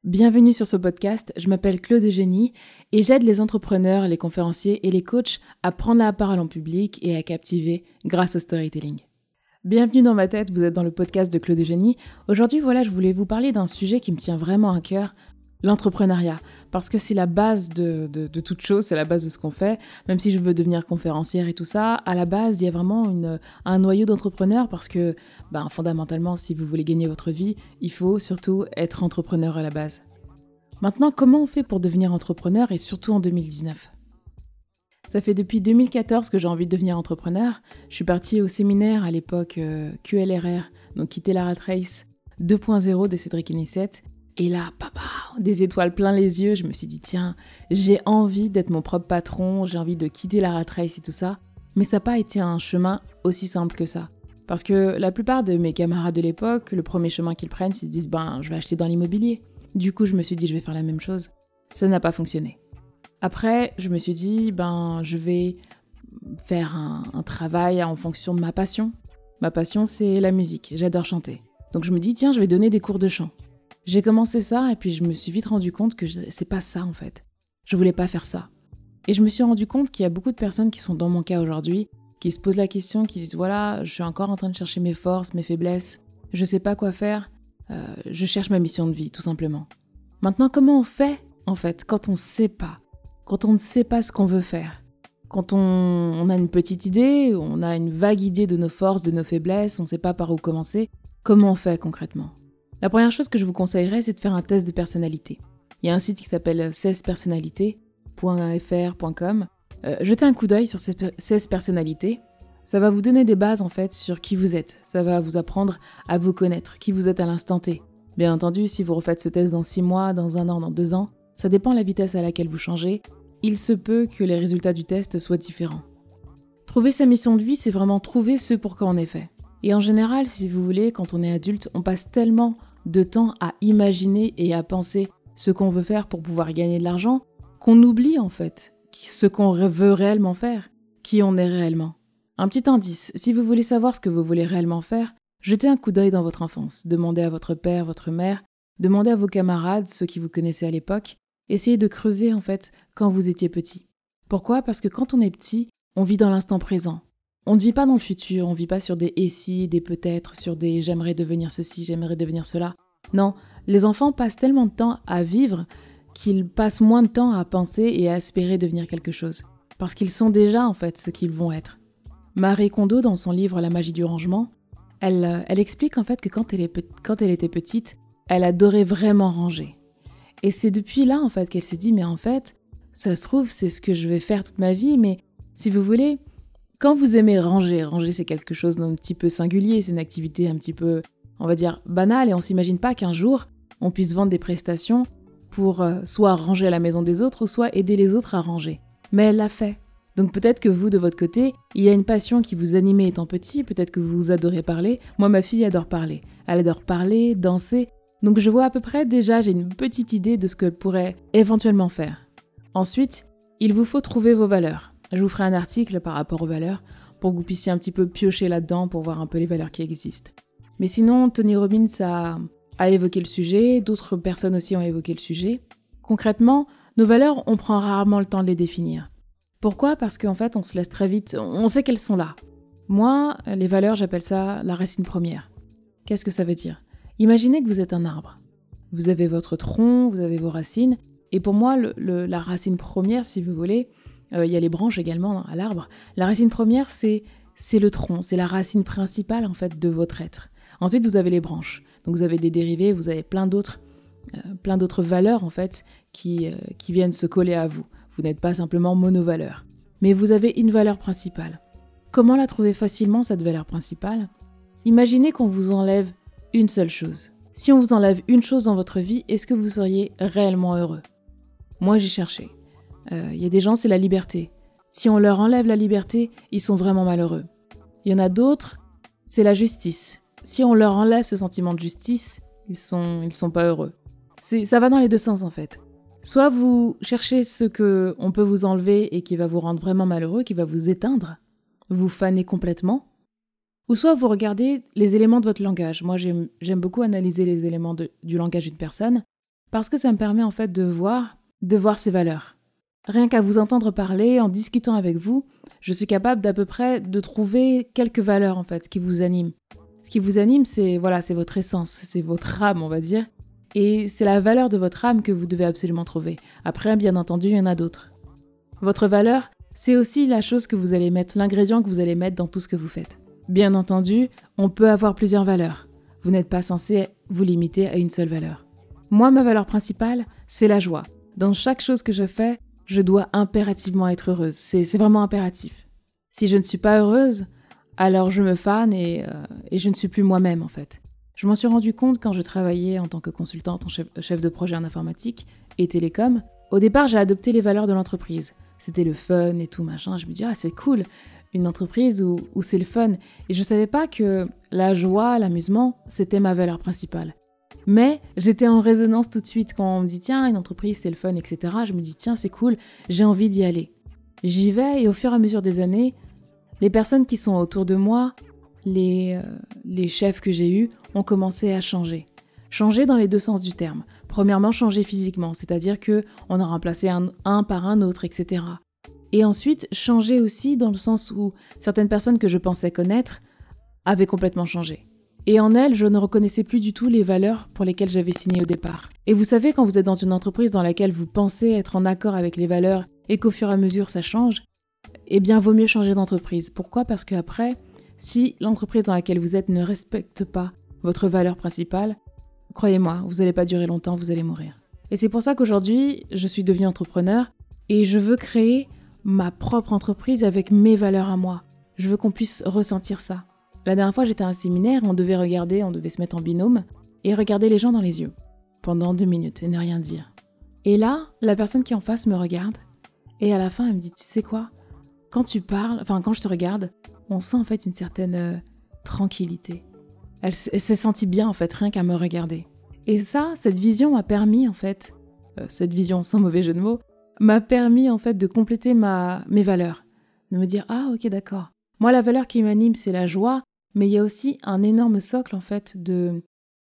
Bienvenue sur ce podcast, je m'appelle Claude Eugénie et j'aide les entrepreneurs, les conférenciers et les coachs à prendre la parole en public et à captiver grâce au storytelling. Bienvenue dans ma tête, vous êtes dans le podcast de Claude Eugénie. Aujourd'hui, je voulais vous parler d'un sujet qui me tient vraiment à cœur, l'entrepreneuriat. Parce que c'est la base de toute chose, c'est la base de ce qu'on fait. Même si je veux devenir conférencière et tout ça, à la base, il y a vraiment un noyau d'entrepreneurs parce que, fondamentalement, si vous voulez gagner votre vie, il faut surtout être entrepreneur à la base. Maintenant, comment on fait pour devenir entrepreneur et surtout en 2019 ? Ça fait depuis 2014 que j'ai envie de devenir entrepreneur. Je suis partie au séminaire à l'époque QLRR, donc Quitter la Rat Race 2.0 de Cédric Henissette. Et là, des étoiles plein les yeux, je me suis dit, tiens, j'ai envie d'être mon propre patron, j'ai envie de quitter la rat race et tout ça. Mais ça n'a pas été un chemin aussi simple que ça. Parce que la plupart de mes camarades de l'époque, le premier chemin qu'ils prennent, c'est qu'ils disent, je vais acheter dans l'immobilier. Du coup, je me suis dit, je vais faire la même chose. Ça n'a pas fonctionné. Après, je me suis dit, je vais faire un travail en fonction de ma passion. Ma passion, c'est la musique, j'adore chanter. Donc je me dis, tiens, je vais donner des cours de chant. J'ai commencé ça et puis je me suis vite rendu compte que c'est pas ça en fait. Je voulais pas faire ça. Et je me suis rendu compte qu'il y a beaucoup de personnes qui sont dans mon cas aujourd'hui, qui se posent la question, qui disent voilà, je suis encore en train de chercher mes forces, mes faiblesses, je sais pas quoi faire, je cherche ma mission de vie tout simplement. Maintenant, comment on fait en fait quand on sait pas, quand on ne sait pas ce qu'on veut faire, quand on a une petite idée, on a une vague idée de nos forces, de nos faiblesses, on sait pas par où commencer, comment on fait concrètement ? La première chose que je vous conseillerais, c'est de faire un test de personnalité. Il y a un site qui s'appelle 16personnalités.fr.com. Jetez un coup d'œil sur ces 16 personnalités. Ça va vous donner des bases en fait sur qui vous êtes. Ça va vous apprendre à vous connaître, qui vous êtes à l'instant T. Bien entendu, si vous refaites ce test dans 6 mois, dans 1 an, dans 2 ans, ça dépend de la vitesse à laquelle vous changez. Il se peut que les résultats du test soient différents. Trouver sa mission de vie, c'est vraiment trouver ce pour quoi on est fait. Et en général, si vous voulez, quand on est adulte, on passe tellement de temps à imaginer et à penser ce qu'on veut faire pour pouvoir gagner de l'argent, qu'on oublie en fait ce qu'on veut réellement faire, qui on est réellement. Un petit indice, si vous voulez savoir ce que vous voulez réellement faire, jetez un coup d'œil dans votre enfance, demandez à votre père, votre mère, demandez à vos camarades, ceux qui vous connaissaient à l'époque, essayez de creuser en fait quand vous étiez petit. Pourquoi ? Parce que quand on est petit, on vit dans l'instant présent. On ne vit pas dans le futur, on ne vit pas sur des « et si », des « peut-être », sur des « j'aimerais devenir ceci, j'aimerais devenir cela ». Non, les enfants passent tellement de temps à vivre qu'ils passent moins de temps à penser et à espérer devenir quelque chose. Parce qu'ils sont déjà en fait ce qu'ils vont être. Marie Kondo, dans son livre « La magie du rangement », elle explique en fait que quand elle était petite, elle adorait vraiment ranger. Et c'est depuis là en fait qu'elle s'est dit « mais en fait, ça se trouve, c'est ce que je vais faire toute ma vie, mais si vous voulez… » Quand vous aimez ranger c'est quelque chose d'un petit peu singulier, c'est une activité un petit peu, on va dire, banale et on s'imagine pas qu'un jour, on puisse vendre des prestations pour soit ranger la maison des autres ou soit aider les autres à ranger. Mais elle l'a fait. Donc peut-être que vous, de votre côté, il y a une passion qui vous animait étant petit, peut-être que vous adorez parler. Moi, ma fille adore parler. Elle adore parler, danser. Donc je vois à peu près déjà, j'ai une petite idée de ce qu'elle pourrait éventuellement faire. Ensuite, il vous faut trouver vos valeurs. Je vous ferai un article par rapport aux valeurs pour que vous puissiez un petit peu piocher là-dedans pour voir un peu les valeurs qui existent. Mais sinon, Tony Robbins a évoqué le sujet, d'autres personnes aussi ont évoqué le sujet. Concrètement, nos valeurs, on prend rarement le temps de les définir. Pourquoi ? Parce qu'en fait, on se laisse très vite, on sait qu'elles sont là. Moi, les valeurs, j'appelle ça la racine première. Qu'est-ce que ça veut dire ? Imaginez que vous êtes un arbre. Vous avez votre tronc, vous avez vos racines, et pour moi, la racine première, si vous voulez, il y a les branches également à l'arbre. La racine première, c'est le tronc, c'est la racine principale en fait de votre être. Ensuite, vous avez les branches. Donc vous avez des dérivés, vous avez plein d'autres valeurs en fait qui viennent se coller à vous. Vous n'êtes pas simplement monovaleur. Mais vous avez une valeur principale. Comment la trouver facilement, cette valeur principale ? Imaginez qu'on vous enlève une seule chose. Si on vous enlève une chose dans votre vie, est-ce que vous seriez réellement heureux ? Moi, j'ai cherché. Il y a des gens, c'est la liberté. Si on leur enlève la liberté, ils sont vraiment malheureux. Il y en a d'autres, c'est la justice. Si on leur enlève ce sentiment de justice, ils sont pas heureux. Ça va dans les deux sens en fait. Soit vous cherchez ce qu'on peut vous enlever et qui va vous rendre vraiment malheureux, qui va vous éteindre, vous faner complètement, ou soit vous regardez les éléments de votre langage. Moi, j'aime beaucoup analyser les éléments du langage d'une personne. Parce que ça me permet en fait de voir ces valeurs. Rien qu'à vous entendre parler, en discutant avec vous, je suis capable d'à peu près de trouver quelques valeurs en fait, ce qui vous anime. Ce qui vous anime, c'est votre essence, c'est votre âme, on va dire. Et c'est la valeur de votre âme que vous devez absolument trouver. Après, bien entendu, il y en a d'autres. Votre valeur, c'est aussi la chose que vous allez mettre, l'ingrédient que vous allez mettre dans tout ce que vous faites. Bien entendu, on peut avoir plusieurs valeurs. Vous n'êtes pas censé vous limiter à une seule valeur. Moi, ma valeur principale, c'est la joie. Dans chaque chose que je fais, je dois impérativement être heureuse. C'est vraiment impératif. Si je ne suis pas heureuse, alors je me fane et je ne suis plus moi-même en fait. Je m'en suis rendu compte quand je travaillais en tant que consultante, chef de projet en informatique et télécom. Au départ, j'ai adopté les valeurs de l'entreprise. C'était le fun et tout machin. Je me dis, c'est cool, une entreprise où c'est le fun. Et je ne savais pas que la joie, l'amusement, c'était ma valeur principale. Mais j'étais en résonance tout de suite quand on me dit, tiens, une entreprise, c'est le fun, etc. Je me dis, tiens, c'est cool, j'ai envie d'y aller. J'y vais et au fur et à mesure des années, les personnes qui sont autour de moi, les chefs que j'ai eus, ont commencé à changer. Changer dans les deux sens du terme. Premièrement, changer physiquement, c'est-à-dire qu'on a remplacé un par un autre, etc. Et ensuite, changer aussi dans le sens où certaines personnes que je pensais connaître avaient complètement changé. Et en elles, je ne reconnaissais plus du tout les valeurs pour lesquelles j'avais signé au départ. Et vous savez, quand vous êtes dans une entreprise dans laquelle vous pensez être en accord avec les valeurs et qu'au fur et à mesure ça change, eh bien, vaut mieux changer d'entreprise. Pourquoi ? Parce qu'après, si l'entreprise dans laquelle vous êtes ne respecte pas votre valeur principale, croyez-moi, vous n'allez pas durer longtemps, vous allez mourir. Et c'est pour ça qu'aujourd'hui, je suis devenue entrepreneur et je veux créer ma propre entreprise avec mes valeurs à moi. Je veux qu'on puisse ressentir ça. La dernière fois, j'étais à un séminaire, on devait se mettre en binôme et regarder les gens dans les yeux pendant 2 minutes et ne rien dire. Et là, la personne qui est en face me regarde et à la fin, elle me dit, tu sais quoi ? Quand je te regarde, on sent en fait une certaine tranquillité. Elle s'est sentie bien en fait, rien qu'à me regarder. Et ça, cette vision m'a permis en fait, cette vision sans mauvais jeu de mots, m'a permis en fait de compléter mes valeurs. De me dire, ok d'accord. Moi, la valeur qui m'anime, c'est la joie, mais il y a aussi un énorme socle en fait de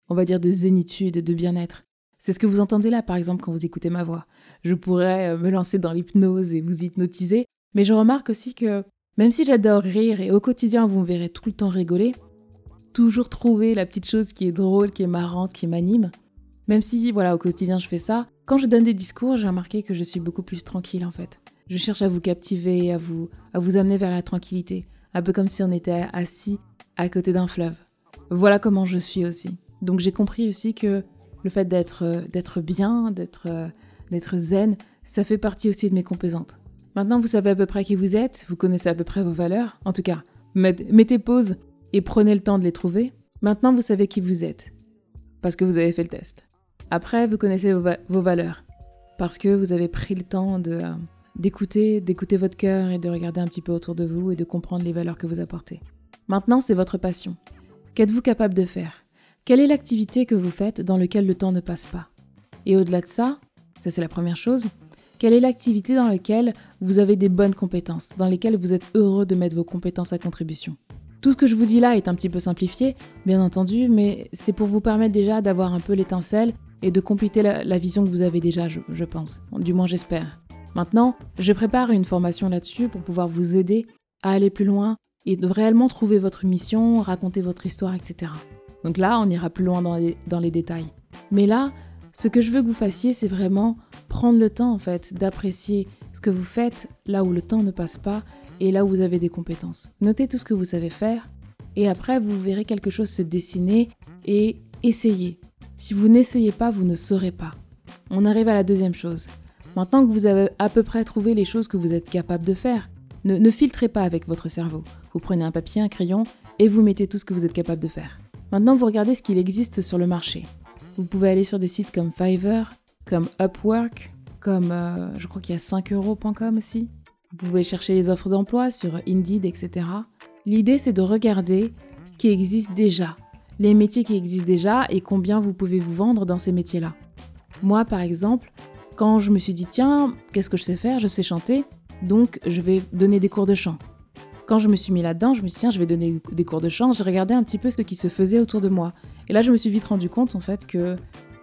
zénitude, de bien-être. C'est ce que vous entendez là par exemple quand vous écoutez ma voix. Je pourrais me lancer dans l'hypnose et vous hypnotiser, mais je remarque aussi que même si j'adore rire et au quotidien vous me verrez tout le temps rigoler, toujours trouver la petite chose qui est drôle, qui est marrante, qui m'anime, même si au quotidien je fais ça, quand je donne des discours, j'ai remarqué que je suis beaucoup plus tranquille en fait. Je cherche à vous captiver, à vous amener vers la tranquillité, un peu comme si on était assis à côté d'un fleuve. Voilà comment je suis aussi. Donc j'ai compris aussi que le fait d'être bien, d'être zen, ça fait partie aussi de mes composantes. Maintenant, vous savez à peu près qui vous êtes, vous connaissez à peu près vos valeurs. En tout cas, mettez pause et prenez le temps de les trouver. Maintenant, vous savez qui vous êtes, parce que vous avez fait le test. Après, vous connaissez vos valeurs, parce que vous avez pris le temps d'écouter votre cœur et de regarder un petit peu autour de vous et de comprendre les valeurs que vous apportez. Maintenant, c'est votre passion. Qu'êtes-vous capable de faire ? Quelle est l'activité que vous faites dans laquelle le temps ne passe pas ? Et au-delà de ça c'est la première chose, quelle est l'activité dans laquelle vous avez des bonnes compétences, dans lesquelles vous êtes heureux de mettre vos compétences à contribution ? Tout ce que je vous dis là est un petit peu simplifié, bien entendu, mais c'est pour vous permettre déjà d'avoir un peu l'étincelle et de compléter la vision que vous avez déjà, je pense. Du moins, j'espère. Maintenant, je prépare une formation là-dessus pour pouvoir vous aider à aller plus loin et de réellement trouver votre mission, raconter votre histoire, etc. Donc là, on ira plus loin dans les détails. Mais là, ce que je veux que vous fassiez, c'est vraiment prendre le temps, en fait, d'apprécier ce que vous faites là où le temps ne passe pas et là où vous avez des compétences. Notez tout ce que vous savez faire et après, vous verrez quelque chose se dessiner et essayez. Si vous n'essayez pas, vous ne saurez pas. On arrive à la deuxième chose. Maintenant que vous avez à peu près trouvé les choses que vous êtes capable de faire, ne filtrez pas avec votre cerveau. Vous prenez un papier, un crayon et vous mettez tout ce que vous êtes capable de faire. Maintenant, vous regardez ce qu'il existe sur le marché. Vous pouvez aller sur des sites comme Fiverr, comme Upwork, comme je crois qu'il y a 5euros.com aussi. Vous pouvez chercher les offres d'emploi sur Indeed, etc. L'idée, c'est de regarder ce qui existe déjà, les métiers qui existent déjà et combien vous pouvez vous vendre dans ces métiers-là. Moi, par exemple, quand je me suis dit, tiens, qu'est-ce que je sais faire ? Je sais chanter, donc je vais donner des cours de chant. Quand je me suis mis là-dedans, je me suis dit, tiens, je vais donner des cours de chant. J'ai regardé un petit peu ce qui se faisait autour de moi. Et là, je me suis vite rendu compte, en fait, que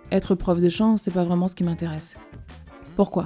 Être prof de chant, c'est pas vraiment ce qui m'intéresse. Pourquoi ?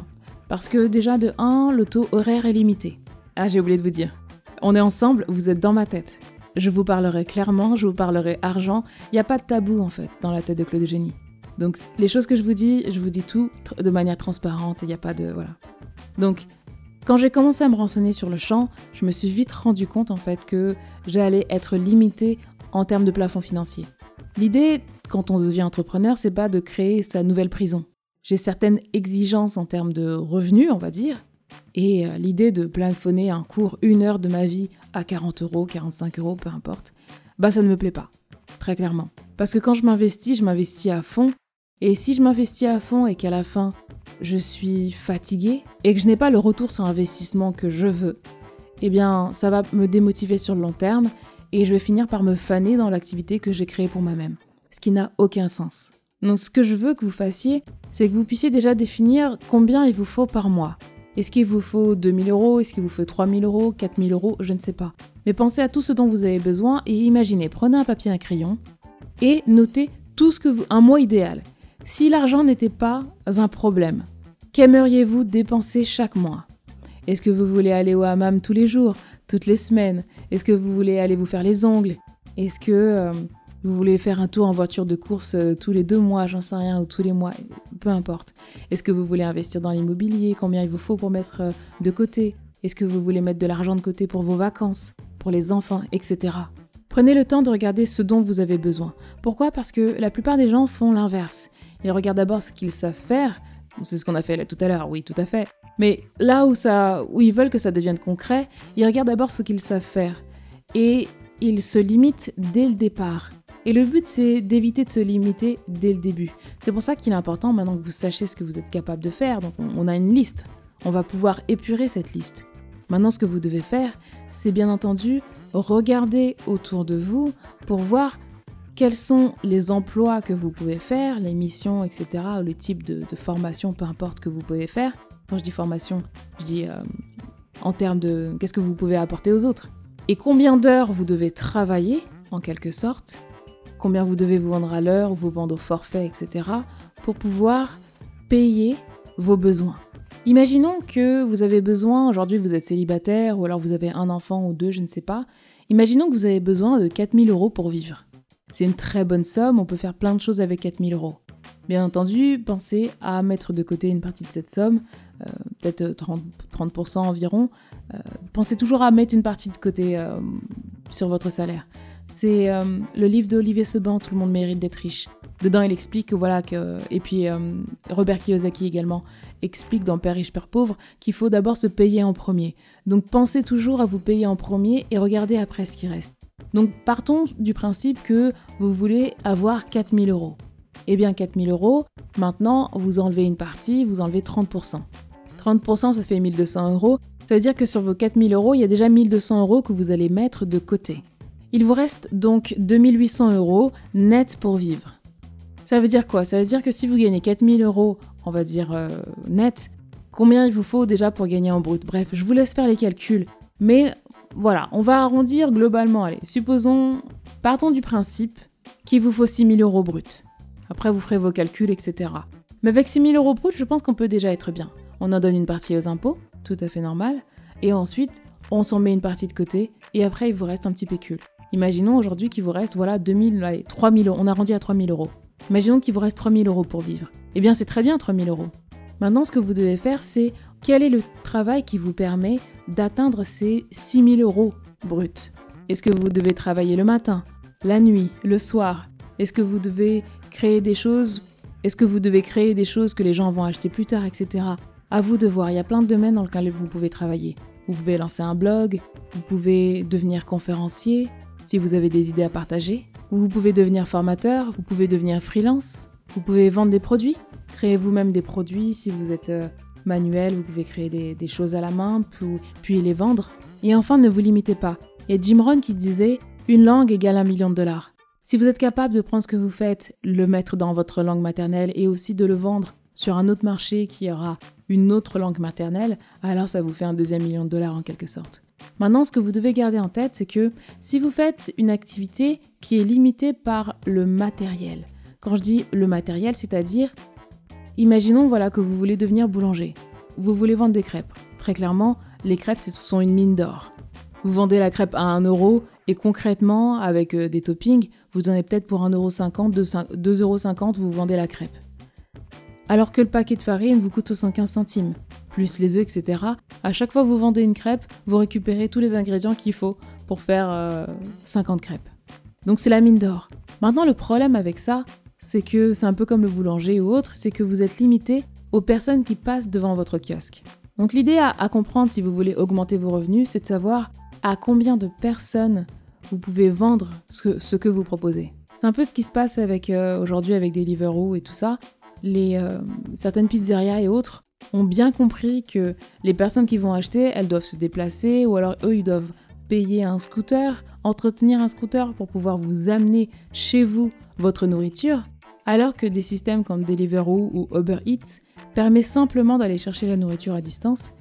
Parce que déjà de 1, le taux horaire est limité. Ah, j'ai oublié de vous dire. On est ensemble, vous êtes dans ma tête. Je vous parlerai clairement, je vous parlerai argent. Il n'y a pas de tabou en fait dans la tête de Claude Eugénie. Donc les choses que je vous dis tout de manière transparente et il n'y a pas de... Voilà. Donc quand j'ai commencé à me renseigner sur le chant, je me suis vite rendu compte en fait que j'allais être limitée en termes de plafond financier. L'idée, quand on devient entrepreneur, c'est pas de créer sa nouvelle prison. J'ai certaines exigences en termes de revenus, on va dire, et l'idée de plafonner un cours 1 heure de ma vie à 40 €, 45 €, peu importe, ça ne me plaît pas, très clairement. Parce que quand je m'investis à fond, et si je m'investis à fond et qu'à la fin, je suis fatiguée et que je n'ai pas le retour sur investissement que je veux, eh bien, ça va me démotiver sur le long terme et je vais finir par me faner dans l'activité que j'ai créée pour moi-même, ce qui n'a aucun sens. Donc ce que je veux que vous fassiez, c'est que vous puissiez déjà définir combien il vous faut par mois. Est-ce qu'il vous faut 2 000 €? Est-ce qu'il vous faut 3 000 €? 4 000 €? Je ne sais pas. Mais pensez à tout ce dont vous avez besoin et imaginez, prenez un papier et un crayon et notez tout ce que un mois idéal. Si l'argent n'était pas un problème, qu'aimeriez-vous dépenser chaque mois? Est-ce que vous voulez aller au hammam tous les jours, toutes les semaines? Est-ce que vous voulez aller vous faire les ongles? Est-ce que vous voulez faire un tour en voiture de course tous les 2 mois, j'en sais rien, ou tous les mois, peu importe. Est-ce que vous voulez investir dans l'immobilier? Combien il vous faut pour mettre de côté? Est-ce que vous voulez mettre de l'argent de côté pour vos vacances, pour les enfants, etc. Prenez le temps de regarder ce dont vous avez besoin. Pourquoi ? Parce que la plupart des gens font l'inverse. Ils regardent d'abord ce qu'ils savent faire. C'est ce qu'on a fait là tout à l'heure, oui, tout à fait. Mais là où ils veulent que ça devienne concret, ils regardent d'abord ce qu'ils savent faire. Et ils se limitent dès le départ. Et le but, c'est d'éviter de se limiter dès le début. C'est pour ça qu'il est important, maintenant que vous sachez ce que vous êtes capable de faire, donc on a une liste. On va pouvoir épurer cette liste. Maintenant, ce que vous devez faire, c'est bien entendu regarder autour de vous pour voir quels sont les emplois que vous pouvez faire, les missions, etc., ou le type de formation, peu importe, que vous pouvez faire. Quand je dis formation, je dis en termes de qu'est-ce que vous pouvez apporter aux autres. Et combien d'heures vous devez travailler, en quelque sorte, combien vous devez vous vendre à l'heure, vous vendre au forfait, etc., pour pouvoir payer vos besoins. Imaginons que vous avez besoin, aujourd'hui vous êtes célibataire, ou alors vous avez un enfant ou 2, je ne sais pas. Imaginons que vous avez besoin de 4 000 € pour vivre. C'est une très bonne somme, on peut faire plein de choses avec 4 000 €. Bien entendu, pensez à mettre de côté une partie de cette somme, peut-être 30% environ. Pensez toujours à mettre une partie de côté sur votre salaire. C'est le livre d'Olivier Seban, Tout le monde mérite d'être riche. Dedans, il explique que et puis Robert Kiyosaki également explique dans Père riche, Père pauvre qu'il faut d'abord se payer en premier. Donc pensez toujours à vous payer en premier et regardez après ce qui reste. Donc partons du principe que vous voulez avoir 4 000 €. Eh bien 4 000 €, maintenant vous enlevez une partie, vous enlevez 30%. 30% ça fait 1 200 €. Ça veut dire que sur vos 4 000 €, il y a déjà 1 200 € que vous allez mettre de côté. Il vous reste donc 2 800 € net pour vivre. Ça veut dire quoi ? Ça veut dire que si vous gagnez 4 000 €, on va dire net, combien il vous faut déjà pour gagner en brut ? Bref, je vous laisse faire les calculs. Mais voilà, on va arrondir globalement. Allez, partons du principe qu'il vous faut 6 000 € brut. Après, vous ferez vos calculs, etc. Mais avec 6 000 € brut, je pense qu'on peut déjà être bien. On en donne une partie aux impôts, tout à fait normal. Et ensuite, on s'en met une partie de côté. Et après, il vous reste un petit pécule. Imaginons aujourd'hui qu'il vous reste 3 000 €. On arrondit à 3 000 €. Imaginons qu'il vous reste 3 000 € pour vivre. Eh bien, c'est très bien 3 000 €. Maintenant, ce que vous devez faire, c'est quel est le travail qui vous permet d'atteindre ces 6 000 € bruts ? Est-ce que vous devez travailler le matin, la nuit, le soir ? Est-ce que vous devez créer des choses ? Est-ce que vous devez créer des choses que les gens vont acheter plus tard, etc. À vous de voir. Il y a plein de domaines dans lesquels vous pouvez travailler. Vous pouvez lancer un blog, vous pouvez devenir conférencier, si vous avez des idées à partager. Vous pouvez devenir formateur, vous pouvez devenir freelance, vous pouvez vendre des produits, créer vous-même des produits. Si vous êtes manuel, vous pouvez créer des choses à la main, puis les vendre. Et enfin, ne vous limitez pas. Il y a Jim Rohn qui disait « Une langue égale $1 million ». Si vous êtes capable de prendre ce que vous faites, le mettre dans votre langue maternelle et aussi de le vendre sur un autre marché qui aura une autre langue maternelle, alors ça vous fait un $2 million en quelque sorte. Maintenant, ce que vous devez garder en tête, c'est que si vous faites une activité qui est limitée par le matériel, Quand je dis le matériel, c'est-à-dire, imaginons que vous voulez devenir boulanger. Vous voulez vendre des crêpes. Très clairement, les crêpes, ce sont une mine d'or. Vous vendez la crêpe à 1 € et concrètement, avec des toppings, vous en avez peut-être pour 1,50 €, 2,50 €, vous vendez la crêpe. Alors que le paquet de farine vous coûte 75 centimes, plus les œufs, etc. À chaque fois que vous vendez une crêpe, vous récupérez tous les ingrédients qu'il faut pour faire 50 crêpes. Donc c'est la mine d'or. Maintenant, le problème avec ça, c'est que c'est un peu comme le boulanger ou autre, c'est que vous êtes limité aux personnes qui passent devant votre kiosque. Donc l'idée à comprendre si vous voulez augmenter vos revenus, c'est de savoir à combien de personnes vous pouvez vendre ce que vous proposez. C'est un peu ce qui se passe aujourd'hui avec Deliveroo et tout ça. Certaines pizzerias et autres ont bien compris que les personnes qui vont acheter, elles doivent se déplacer ou alors eux, ils doivent payer un scooter, entretenir un scooter pour pouvoir vous amener chez vous votre nourriture, alors que des systèmes comme Deliveroo ou Uber Eats permettent simplement d'aller chercher la nourriture à distance,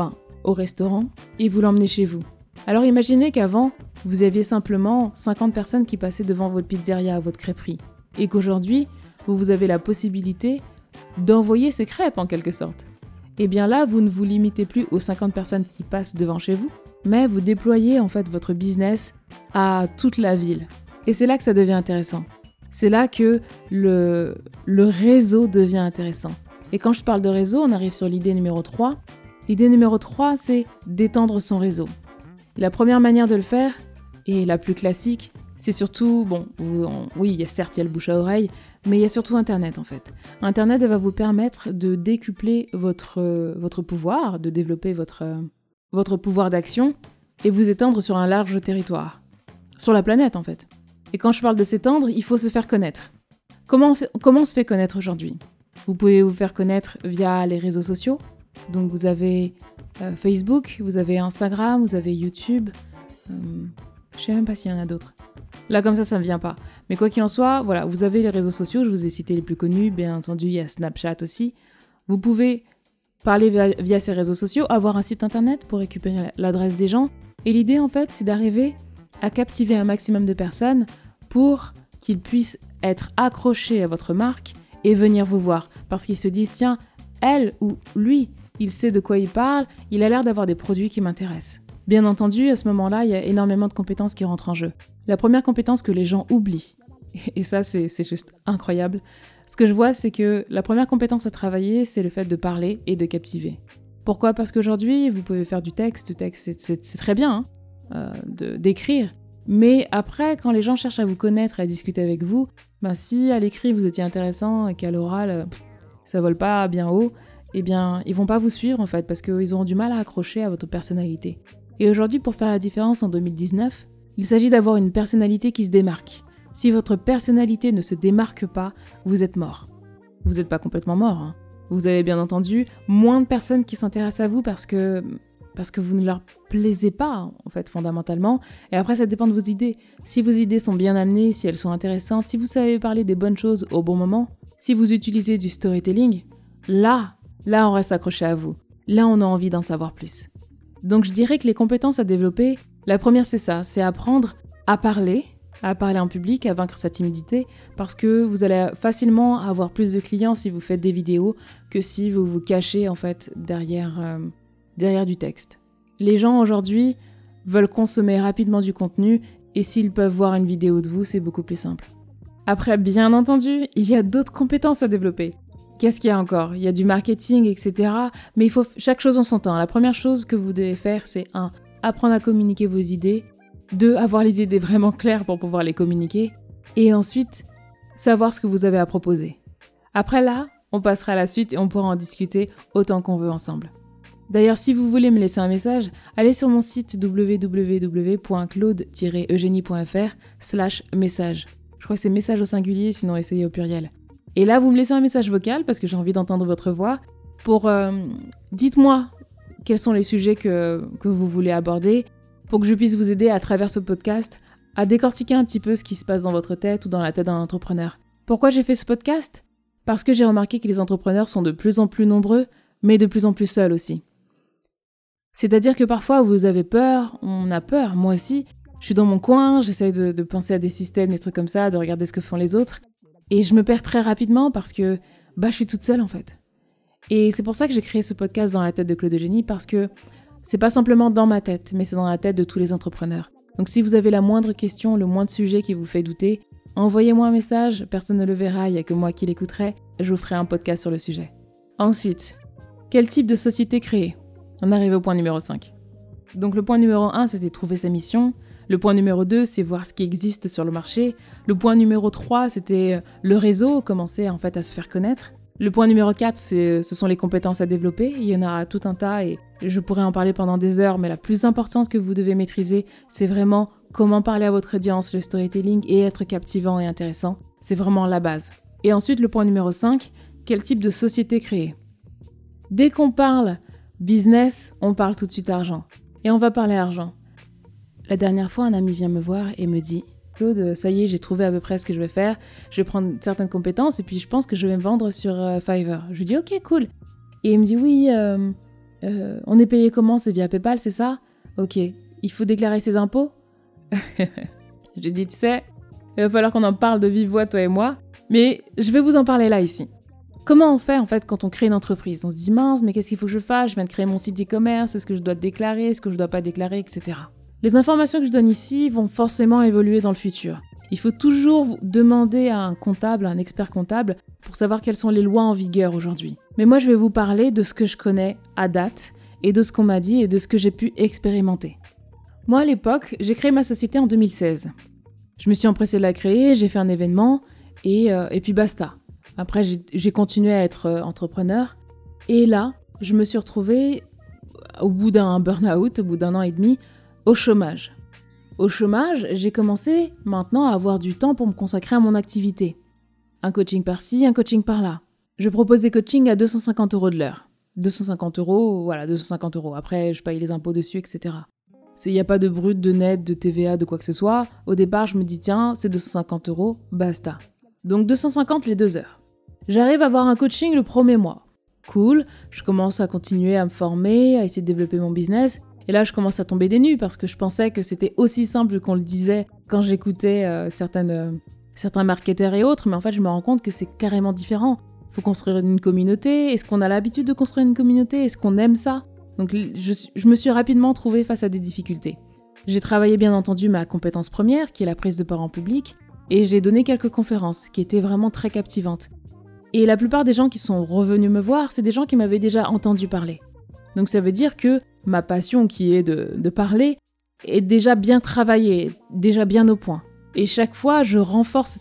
au restaurant, et vous l'emmener chez vous. Alors imaginez qu'avant, vous aviez simplement 50 personnes qui passaient devant votre pizzeria, votre crêperie, et qu'aujourd'hui, vous avez la possibilité d'envoyer ces crêpes en quelque sorte. Et bien là, vous ne vous limitez plus aux 50 personnes qui passent devant chez vous, mais vous déployez en fait votre business à toute la ville. Et c'est là que ça devient intéressant. C'est là que le réseau devient intéressant. Et quand je parle de réseau, on arrive sur l'idée numéro 3. L'idée numéro 3, c'est d'étendre son réseau. La première manière de le faire, et la plus classique, c'est surtout, il y a le bouche à oreille, mais il y a surtout Internet en fait. Internet, elle va vous permettre de décupler votre pouvoir, de développer votre pouvoir d'action et vous étendre sur un large territoire. Sur la planète en fait. Et quand je parle de s'étendre, il faut se faire connaître. Comment on se fait connaître aujourd'hui ? Vous pouvez vous faire connaître via les réseaux sociaux. Donc vous avez Facebook, vous avez Instagram, vous avez YouTube. Je sais même pas s'il y en a d'autres. Là comme ça me vient pas. Mais quoi qu'il en soit, vous avez les réseaux sociaux, je vous ai cité les plus connus, bien entendu il y a Snapchat aussi. Vous pouvez parler via ces réseaux sociaux, avoir un site internet pour récupérer l'adresse des gens. Et l'idée en fait, c'est d'arriver à captiver un maximum de personnes pour qu'ils puissent être accrochés à votre marque et venir vous voir. Parce qu'ils se disent, tiens, elle ou lui, il sait de quoi il parle, il a l'air d'avoir des produits qui m'intéressent. Bien entendu, à ce moment-là, il y a énormément de compétences qui rentrent en jeu. La première compétence que les gens oublient, et ça c'est juste incroyable, ce que je vois c'est que la première compétence à travailler, c'est le fait de parler et de captiver. Pourquoi ? Parce qu'aujourd'hui, vous pouvez faire du texte c'est très bien d'écrire, mais après, quand les gens cherchent à vous connaître et à discuter avec vous, si à l'écrit vous étiez intéressant et qu'à l'oral, ça vole pas bien haut, eh bien, ils vont pas vous suivre en fait, parce qu'ils auront du mal à accrocher à votre personnalité. Et aujourd'hui, pour faire la différence en 2019, il s'agit d'avoir une personnalité qui se démarque. Si votre personnalité ne se démarque pas, vous êtes mort. Vous n'êtes pas complètement mort, hein. Vous avez bien entendu moins de personnes qui s'intéressent à vous parce que vous ne leur plaisez pas, en fait, fondamentalement. Et après, ça dépend de vos idées. Si vos idées sont bien amenées, si elles sont intéressantes, si vous savez parler des bonnes choses au bon moment, si vous utilisez du storytelling, là, on reste accroché à vous. Là, on a envie d'en savoir plus. Donc, je dirais que les compétences à développer, la première, c'est ça, c'est apprendre à parler en public, à vaincre sa timidité, parce que vous allez facilement avoir plus de clients si vous faites des vidéos que si vous vous cachez, en fait, derrière du texte. Les gens, aujourd'hui, veulent consommer rapidement du contenu, et s'ils peuvent voir une vidéo de vous, c'est beaucoup plus simple. Après, bien entendu, il y a d'autres compétences à développer. Qu'est-ce qu'il y a encore ? Il y a du marketing, etc. Mais il faut chaque chose en son temps. La première chose que vous devez faire, c'est 1. Apprendre à communiquer vos idées. 2. Avoir les idées vraiment claires pour pouvoir les communiquer. Et ensuite, savoir ce que vous avez à proposer. Après là, on passera à la suite et on pourra en discuter autant qu'on veut ensemble. D'ailleurs, si vous voulez me laisser un message, allez sur mon site www.claude-eugenie.fr/message. Je crois que c'est message au singulier, sinon essayez au pluriel. Et là, vous me laissez un message vocal parce que j'ai envie d'entendre votre voix pour dites-moi quels sont les sujets que vous voulez aborder pour que je puisse vous aider à travers ce podcast à décortiquer un petit peu ce qui se passe dans votre tête ou dans la tête d'un entrepreneur. Pourquoi j'ai fait ce podcast ? Parce que j'ai remarqué que les entrepreneurs sont de plus en plus nombreux, mais de plus en plus seuls aussi. C'est-à-dire que parfois vous avez peur, on a peur, moi aussi. Je suis dans mon coin, j'essaie de penser à des systèmes, des trucs comme ça, de regarder ce que font les autres. Et je me perds très rapidement parce que je suis toute seule en fait. Et c'est pour ça que j'ai créé ce podcast dans la tête de Claude Eugénie, parce que c'est pas simplement dans ma tête, mais c'est dans la tête de tous les entrepreneurs. Donc si vous avez la moindre question, le moindre sujet qui vous fait douter, envoyez-moi un message, personne ne le verra, il n'y a que moi qui l'écouterai, je vous ferai un podcast sur le sujet. Ensuite, quel type de société créer ? On arrive au point numéro 5. Donc le point numéro 1, c'était trouver sa mission. Le point numéro 2, c'est voir ce qui existe sur le marché. Le point numéro 3, c'était le réseau, commencer en fait à se faire connaître. Le point numéro 4, ce sont les compétences à développer. Il y en a tout un tas et je pourrais en parler pendant des heures, mais la plus importante que vous devez maîtriser, c'est vraiment comment parler à votre audience, le storytelling et être captivant et intéressant. C'est vraiment la base. Et ensuite, le point numéro 5, quel type de société créer ? Dès qu'on parle business, on parle tout de suite argent. Et on va parler argent. La dernière fois, un ami vient me voir et me dit « Claude, ça y est, j'ai trouvé à peu près ce que je vais faire. Je vais prendre certaines compétences et puis je pense que je vais me vendre sur Fiverr. » Je lui dis « Ok, cool. » Et il me dit « Oui, on est payé comment ? C'est via PayPal, c'est ça ? Ok. Il faut déclarer ses impôts ?» J'ai dit « Tu sais, il va falloir qu'on en parle de vive voix, toi et moi. Mais je vais vous en parler là, ici. » Comment on fait en fait quand on crée une entreprise ? On se dit « Mince, mais qu'est-ce qu'il faut que je fasse ? Je viens de créer mon site e-commerce. Est-ce que je dois déclarer ? Est-ce que je dois pas déclarer ? Etc. » Les informations que je donne ici vont forcément évoluer dans le futur. Il faut toujours demander à un comptable, à un expert comptable, pour savoir quelles sont les lois en vigueur aujourd'hui. Mais moi, je vais vous parler de ce que je connais à date, et de ce qu'on m'a dit, et de ce que j'ai pu expérimenter. Moi, à l'époque, j'ai créé ma société en 2016. Je me suis empressée de la créer, j'ai fait un événement, et puis basta. Après, j'ai continué à être entrepreneur. Et là, je me suis retrouvée, au bout d'un burn-out, au bout d'un an et demi, au chômage. Au chômage, j'ai commencé maintenant à avoir du temps pour me consacrer à mon activité. Un coaching par-ci, un coaching par-là. Je propose des coachings à 250 € de l'heure. 250 €, voilà, 250 €. Après, je paye les impôts dessus, etc. Il n'y a pas de brut, de net, de TVA, de quoi que ce soit. Au départ, je me dis, tiens, c'est 250 €, basta. Donc 250 les 2 heures. J'arrive à avoir un coaching le premier mois. Cool, je commence à continuer à me former, à essayer de développer mon business. Et là, je commence à tomber des nues parce que je pensais que c'était aussi simple qu'on le disait quand j'écoutais certains marketeurs et autres. Mais en fait, je me rends compte que c'est carrément différent. Il faut construire une communauté. Est-ce qu'on a l'habitude de construire une communauté ? Est-ce qu'on aime ça ? Donc, je me suis rapidement trouvée face à des difficultés. J'ai travaillé bien entendu ma compétence première, qui est la prise de parole en public. Et j'ai donné quelques conférences qui étaient vraiment très captivantes. Et la plupart des gens qui sont revenus me voir, c'est des gens qui m'avaient déjà entendu parler. Donc ça veut dire que ma passion qui est de parler est déjà bien travaillée, déjà bien au point. Et chaque fois, je renforce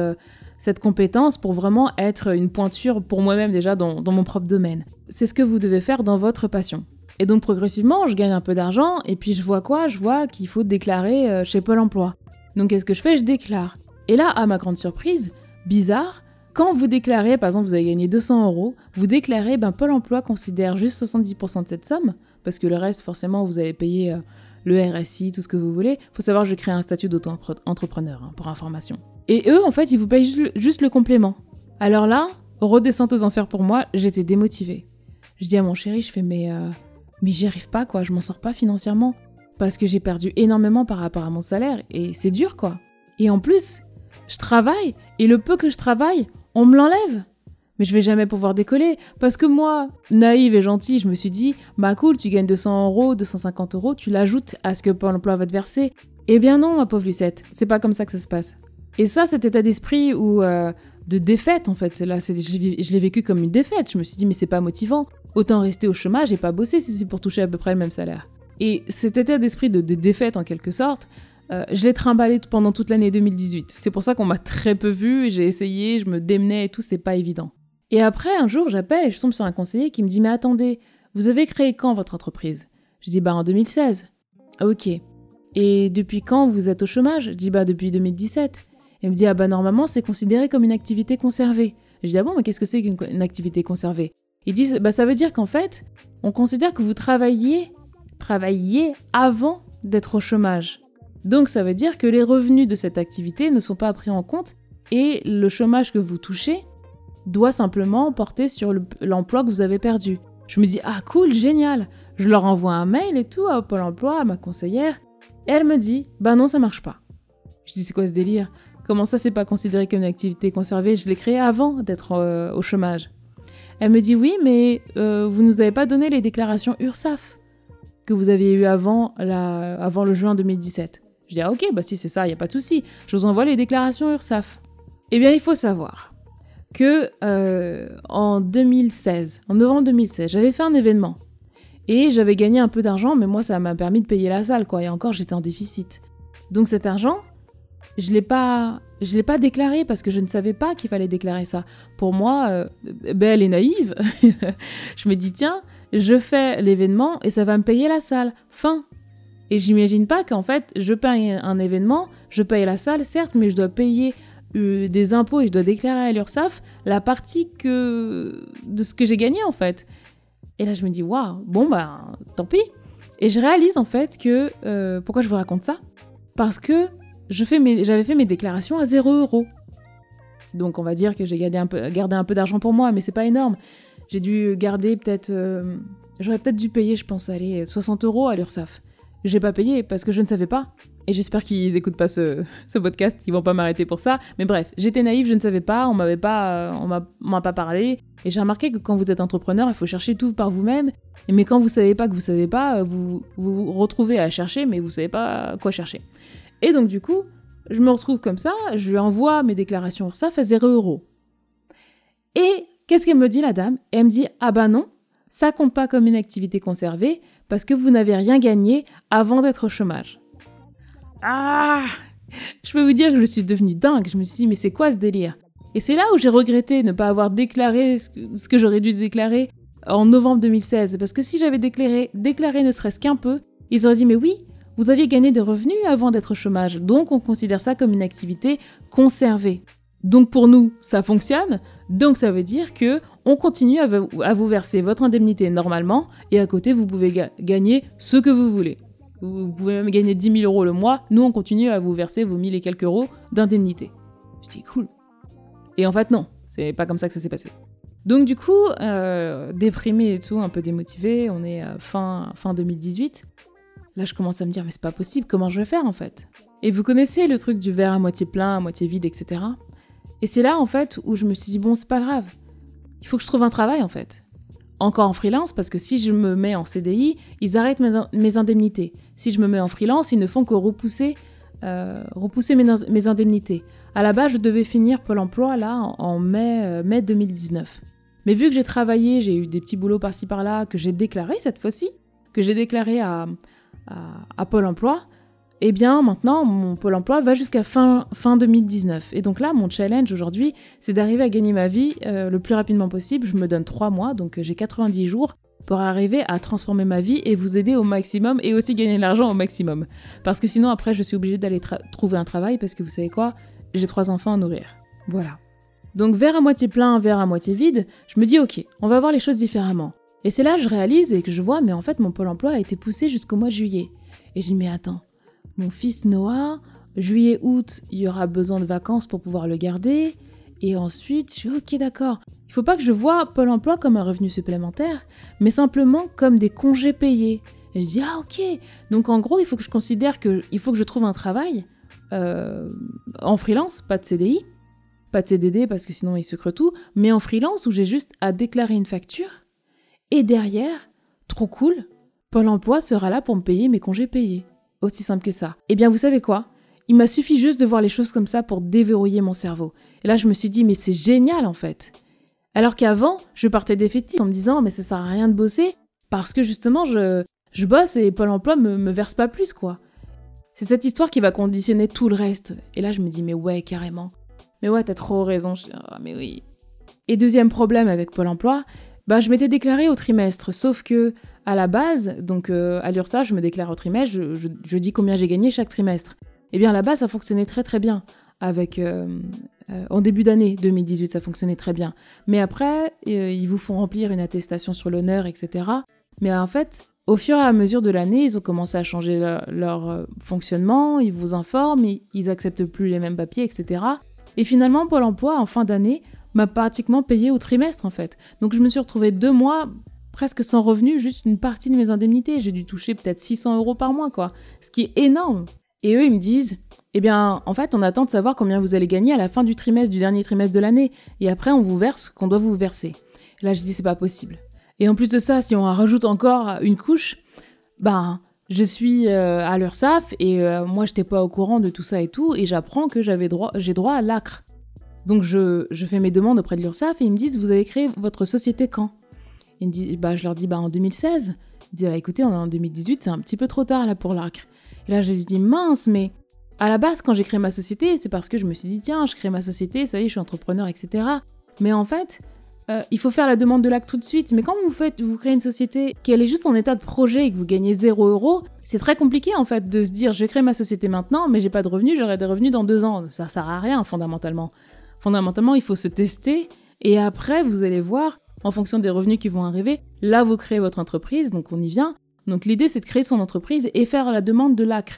cette compétence pour vraiment être une pointure pour moi-même déjà dans mon propre domaine. C'est ce que vous devez faire dans votre passion. Et donc progressivement, je gagne un peu d'argent et puis je vois quoi ? Je vois qu'il faut déclarer chez Pôle emploi. Donc qu'est-ce que je fais ? Je déclare. Et là, à ma grande surprise, bizarre, quand vous déclarez, par exemple, vous avez gagné 200 €, vous déclarez, Pôle emploi considère juste 70% de cette somme, parce que le reste, forcément, vous avez payé le RSI, tout ce que vous voulez. Il faut savoir que je crée un statut d'auto-entrepreneur, pour information. Et eux, en fait, ils vous payent juste le complément. Alors là, redescente aux enfers pour moi, j'étais démotivée. Je dis à mon chéri, je fais, mais j'y arrive pas, quoi, je m'en sors pas financièrement, parce que j'ai perdu énormément par rapport à mon salaire, et c'est dur, quoi. Et en plus, je travaille, et le peu que je travaille, on me l'enlève. Mais je vais jamais pouvoir décoller, parce que moi, naïve et gentille, je me suis dit, cool, tu gagnes 200 €, 250 €, tu l'ajoutes à ce que Pôle emploi va te verser. Eh bien non, ma pauvre Lucette, c'est pas comme ça que ça se passe. Et ça, cet état d'esprit de défaite, en fait, là, je l'ai vécu comme une défaite. Je me suis dit, mais c'est pas motivant, autant rester au chômage et pas bosser si c'est pour toucher à peu près le même salaire. Et cet état d'esprit de défaite, en quelque sorte, je l'ai trimballé pendant toute l'année 2018. C'est pour ça qu'on m'a très peu vue, j'ai essayé, je me démenais et tout, c'était pas évident. Et après, un jour, j'appelle et je tombe sur un conseiller qui me dit « Mais attendez, vous avez créé quand votre entreprise ?» Je dis « En 2016. » Ah, ok. Et depuis quand vous êtes au chômage ? Je dis « Depuis 2017. » Il me dit « Ah normalement, c'est considéré comme une activité conservée. » Je dis « Ah bon, mais qu'est-ce que c'est qu'une activité conservée ?» Ils disent « Ça veut dire qu'en fait, on considère que vous travailliez avant d'être au chômage. » Donc ça veut dire que les revenus de cette activité ne sont pas pris en compte et le chômage que vous touchez doit simplement porter sur l'emploi que vous avez perdu. Je me dis, ah cool, génial. Je leur envoie un mail et tout à Pôle emploi, à ma conseillère, et elle me dit, non, ça marche pas. Je dis, c'est quoi ce délire ? Comment ça, c'est pas considéré comme une activité conservée? Je l'ai créée avant d'être au chômage. Elle me dit oui, mais vous nous avez pas donné les déclarations URSSAF que vous aviez eues avant le juin 2017. Je dis ok, bah si c'est ça, il y a pas de souci. Je vous envoie les déclarations URSSAF. Eh bien, il faut savoir que en novembre 2016, j'avais fait un événement et j'avais gagné un peu d'argent, mais moi ça m'a permis de payer la salle, quoi. Et encore, j'étais en déficit. Donc cet argent, je l'ai pas déclaré parce que je ne savais pas qu'il fallait déclarer ça. Pour moi, elle est naïve. Je me dis tiens, je fais l'événement et ça va me payer la salle. Fin. Et j'imagine pas qu'en fait, je paye un événement, je paye la salle, certes, mais je dois payer des impôts et je dois déclarer à l'URSSAF la partie de ce que j'ai gagné en fait. Et là, je me dis waouh, bon bah tant pis. Et je réalise en fait que pourquoi je vous raconte ça ? Parce que j'avais fait mes déclarations à 0 €. Donc on va dire que j'ai gardé un peu d'argent pour moi, mais c'est pas énorme. J'ai dû garder j'aurais peut-être dû payer, je pense, 60 € à l'URSSAF. Je l'ai pas payé parce que je ne savais pas. Et j'espère qu'ils écoutent pas ce podcast, qu'ils vont pas m'arrêter pour ça. Mais bref, j'étais naïve, je ne savais pas, on m'a pas parlé. Et j'ai remarqué que quand vous êtes entrepreneur, il faut chercher tout par vous-même. Mais quand vous savez pas que vous savez pas, vous vous retrouvez à chercher, mais vous savez pas quoi chercher. Et donc du coup, je me retrouve comme ça, je lui envoie mes déclarations URSSAF à 0 €. Et qu'est-ce qu'elle me dit, la dame ? Et elle me dit, ah bah non, ça compte pas comme une activité conservée parce que vous n'avez rien gagné avant d'être au chômage. Ah ! Je peux vous dire que je suis devenue dingue. Je me suis dit, mais c'est quoi ce délire ? Et c'est là où j'ai regretté ne pas avoir déclaré ce que j'aurais dû déclarer en novembre 2016. Parce que si j'avais déclaré ne serait-ce qu'un peu, ils auraient dit, mais oui, vous aviez gagné des revenus avant d'être au chômage. Donc on considère ça comme une activité conservée. Donc pour nous, ça fonctionne. Donc ça veut dire que on continue à vous verser votre indemnité normalement et à côté, vous pouvez gagner ce que vous voulez. Vous pouvez même gagner 10 000 € le mois. Nous, on continue à vous verser vos 1000 et quelques euros d'indemnité. Je dis cool. Et en fait, non, c'est pas comme ça que ça s'est passé. Donc du coup, déprimée et tout, un peu démotivée, on est fin 2018. Là, je commence à me dire, mais c'est pas possible, comment je vais faire en fait ? Et vous connaissez le truc du verre à moitié plein, à moitié vide, etc. Et c'est là en fait où je me suis dit, bon, c'est pas grave. Il faut que je trouve un travail en fait. Encore en freelance, parce que si je me mets en CDI, ils arrêtent mes indemnités. Si je me mets en freelance, ils ne font que repousser mes indemnités. À la base, je devais finir Pôle emploi là en mai 2019. Mais vu que j'ai travaillé, j'ai eu des petits boulots par-ci par-là que j'ai déclarés cette fois-ci, que j'ai déclaré à Pôle emploi, eh bien maintenant mon Pôle emploi va jusqu'à fin 2019. Et donc là, mon challenge aujourd'hui, c'est d'arriver à gagner ma vie le plus rapidement possible. Je me donne 3 mois, donc j'ai 90 jours pour arriver à transformer ma vie et vous aider au maximum et aussi gagner de l'argent au maximum. Parce que sinon après, je suis obligée d'aller trouver un travail parce que vous savez quoi ? J'ai 3 enfants à nourrir. Voilà. Donc verre à moitié plein, verre à moitié vide, je me dis ok, on va voir les choses différemment. Et c'est là que je réalise et que je vois, mais en fait mon Pôle emploi a été poussé jusqu'au mois de juillet. Et je dis mais attends, mon fils Noah, juillet, août, il y aura besoin de vacances pour pouvoir le garder. Et ensuite, je suis ok, d'accord. Il faut pas que je vois Pôle emploi comme un revenu supplémentaire, mais simplement comme des congés payés. Et je dis ah ok. Donc en gros, il faut que je considère qu'il faut que je trouve un travail en freelance, pas de CDI, pas de CDD parce que sinon il sucre tout, mais en freelance où j'ai juste à déclarer une facture. Et derrière, trop cool, Pôle emploi sera là pour me payer mes congés payés. Aussi simple que ça. Eh bien, vous savez quoi ? Il m'a suffi juste de voir les choses comme ça pour déverrouiller mon cerveau. Et là, je me suis dit, mais c'est génial en fait. Alors qu'avant, je partais défaitiste en me disant, mais ça sert à rien de bosser parce que justement, je bosse et Pôle emploi me verse pas plus, quoi. C'est cette histoire qui va conditionner tout le reste. Et là, je me dis, mais ouais, carrément. Mais ouais, t'as trop raison. Je dis, ah, mais oui. Et deuxième problème avec Pôle emploi, je m'étais déclarée au trimestre, sauf que à la base, donc à l'URSSAF, je me déclare au trimestre, je dis combien j'ai gagné chaque trimestre. Eh bien, à la base, ça fonctionnait très très bien. En début d'année 2018, ça fonctionnait très bien. Mais après, ils vous font remplir une attestation sur l'honneur, etc. Mais en fait, au fur et à mesure de l'année, ils ont commencé à changer leur fonctionnement, ils vous informent, ils acceptent plus les mêmes papiers, etc. Et finalement, Pôle emploi, en fin d'année, m'a pratiquement payé au trimestre, en fait. Donc, je me suis retrouvée 2 mois presque sans revenu, juste une partie de mes indemnités. J'ai dû toucher peut-être 600 € par mois, quoi. Ce qui est énorme. Et eux, ils me disent, eh bien, en fait, on attend de savoir combien vous allez gagner à la fin du dernier trimestre de l'année. Et après, on vous verse ce qu'on doit vous verser. Et là, je dis, c'est pas possible. Et en plus de ça, si on rajoute encore une couche, je suis à l'URSSAF et moi, je n'étais pas au courant de tout ça et tout. Et j'apprends que j'ai droit à l'ACRE. Donc, je fais mes demandes auprès de l'URSSAF et ils me disent, vous avez créé votre société quand ? Ils me disent, je leur dis, en 2016. Ils disent, écoutez, on est en 2018, c'est un petit peu trop tard là pour l'ACRE. Et là, je lui dis, mince, mais à la base, quand j'ai créé ma société, c'est parce que je me suis dit, tiens, je crée ma société, ça y est, je suis entrepreneur, etc. Mais en fait, il faut faire la demande de l'ACRE tout de suite. Mais quand vous créez une société qui est juste en état de projet et que vous gagnez 0 €, c'est très compliqué en fait de se dire, je vais créer ma société maintenant, mais j'ai pas de revenus, j'aurai des revenus dans 2 ans. Ça sert à rien fondamentalement. Fondamentalement, il faut se tester et après, vous allez voir, en fonction des revenus qui vont arriver, là, vous créez votre entreprise, donc on y vient. Donc l'idée, c'est de créer son entreprise et faire la demande de l'ACRE.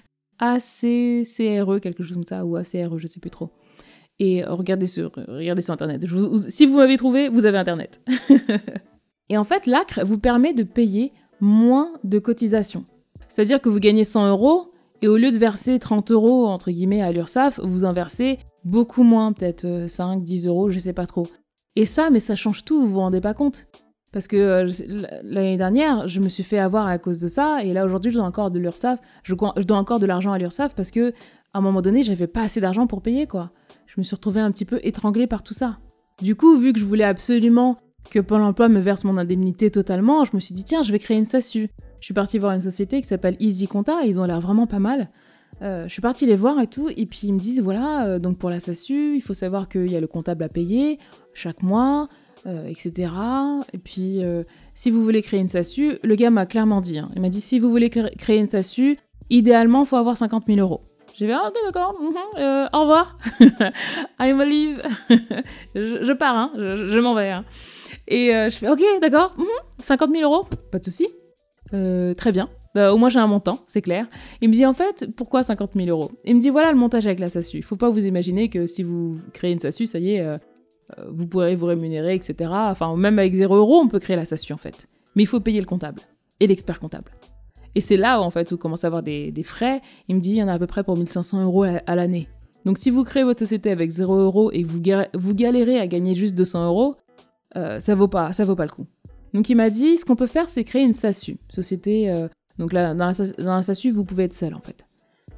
ACCRE, quelque chose comme ça, ou ACRE, je sais plus trop. Et regardez sur Internet. Si vous m'avez trouvé, vous avez Internet. Et en fait, l'ACRE vous permet de payer moins de cotisations. C'est-à-dire que vous gagnez 100 € et au lieu de verser 30 € entre guillemets à l'URSSAF, vous en versez beaucoup moins, peut-être 5, 10 €, je sais pas trop. Et ça, mais ça change tout, vous vous rendez pas compte ? Parce que l'année dernière, je me suis fait avoir à cause de ça, et là aujourd'hui, je dois encore de l'URSSAF, je dois encore de l'argent à l'URSSAF parce que à un moment donné, j'avais pas assez d'argent pour payer, quoi. Je me suis retrouvée un petit peu étranglée par tout ça. Du coup, vu que je voulais absolument que Pôle emploi me verse mon indemnité totalement, je me suis dit, tiens, je vais créer une SASU. Je suis partie voir une société qui s'appelle Easy Compta, ils ont l'air vraiment pas mal. Je suis partie les voir et tout, et puis ils me disent, voilà, donc pour la SASU, il faut savoir qu'il y a le comptable à payer chaque mois, etc. Et puis, si vous voulez créer une SASU, le gars m'a clairement dit, il m'a dit, si vous voulez créer une SASU, idéalement, il faut avoir 50 000 €. J'ai dit, ok, d'accord, au revoir, I'm a leave, je pars, je m'en vais. Et je fais, ok, d'accord, 50 000 €, pas de souci, très bien. Au moins j'ai un montant, c'est clair. Il me dit en fait, pourquoi 50 000 €? Il me dit voilà le montage avec la SASU. Il faut pas vous imaginer que si vous créez une SASU, ça y est, vous pourrez vous rémunérer, etc. Enfin, même avec 0 €, on peut créer la SASU en fait. Mais il faut payer le comptable et l'expert comptable. Et c'est là où en fait, vous commencez à avoir des frais. Il me dit il y en a à peu près pour 1 500 € à l'année. Donc si vous créez votre société avec 0 € et que vous galérez à gagner juste 200 €, ça vaut pas le coup. Donc il m'a dit ce qu'on peut faire, c'est créer une SASU, société. Donc là, dans la SASU, vous pouvez être seul, en fait.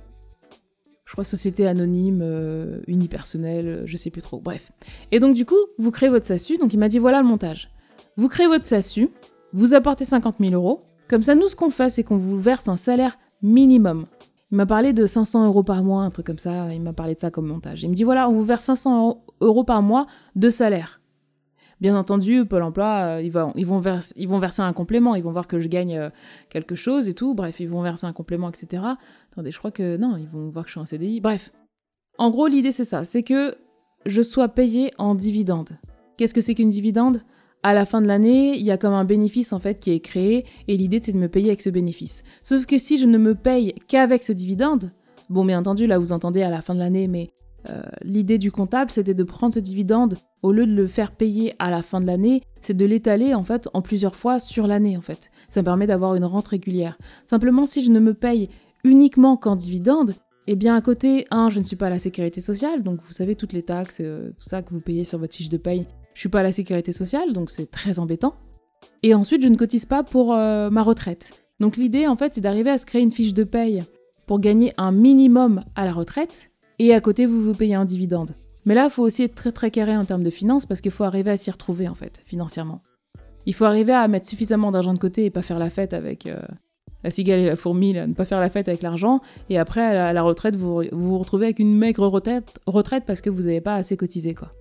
Je crois société anonyme, unipersonnelle, je sais plus trop, bref. Et donc, du coup, vous créez votre SASU. Donc, il m'a dit, voilà le montage. Vous créez votre SASU, vous apportez 50 000 €. Comme ça, nous, ce qu'on fait, c'est qu'on vous verse un salaire minimum. Il m'a parlé de 500 € par mois, un truc comme ça. Il m'a parlé de ça comme montage. Il me dit, voilà, on vous verse 500 € par mois de salaire. Bien entendu, Pôle emploi, ils vont verser un complément, ils vont voir que je gagne quelque chose et tout, bref, ils vont verser un complément, etc. Attendez, je crois que non, ils vont voir que je suis en CDI, bref. En gros, l'idée c'est ça, c'est que je sois payée en dividende. Qu'est-ce que c'est qu'une dividende ? À la fin de l'année, il y a comme un bénéfice en fait qui est créé, et l'idée c'est de me payer avec ce bénéfice. Sauf que si je ne me paye qu'avec ce dividende, bon, bien entendu, là vous entendez à la fin de l'année, mais l'idée du comptable, c'était de prendre ce dividende, au lieu de le faire payer à la fin de l'année, c'est de l'étaler en fait en plusieurs fois sur l'année en fait. Ça me permet d'avoir une rente régulière. Simplement, si je ne me paye uniquement qu'en dividende, eh bien à côté, je ne suis pas à la sécurité sociale, donc vous savez toutes les taxes, tout ça que vous payez sur votre fiche de paye, je suis pas à la sécurité sociale, donc c'est très embêtant. Et ensuite, je ne cotise pas pour ma retraite. Donc l'idée en fait, c'est d'arriver à se créer une fiche de paye pour gagner un minimum à la retraite, et à côté, vous payez un dividende. Mais là, il faut aussi être très très carré en termes de finances parce qu'il faut arriver à s'y retrouver en fait, financièrement. Il faut arriver à mettre suffisamment d'argent de côté et pas faire la fête avec la cigale et la fourmi, là, ne pas faire la fête avec l'argent. Et après, à la retraite, vous vous retrouvez avec une maigre retraite parce que vous n'avez pas assez cotisé, quoi.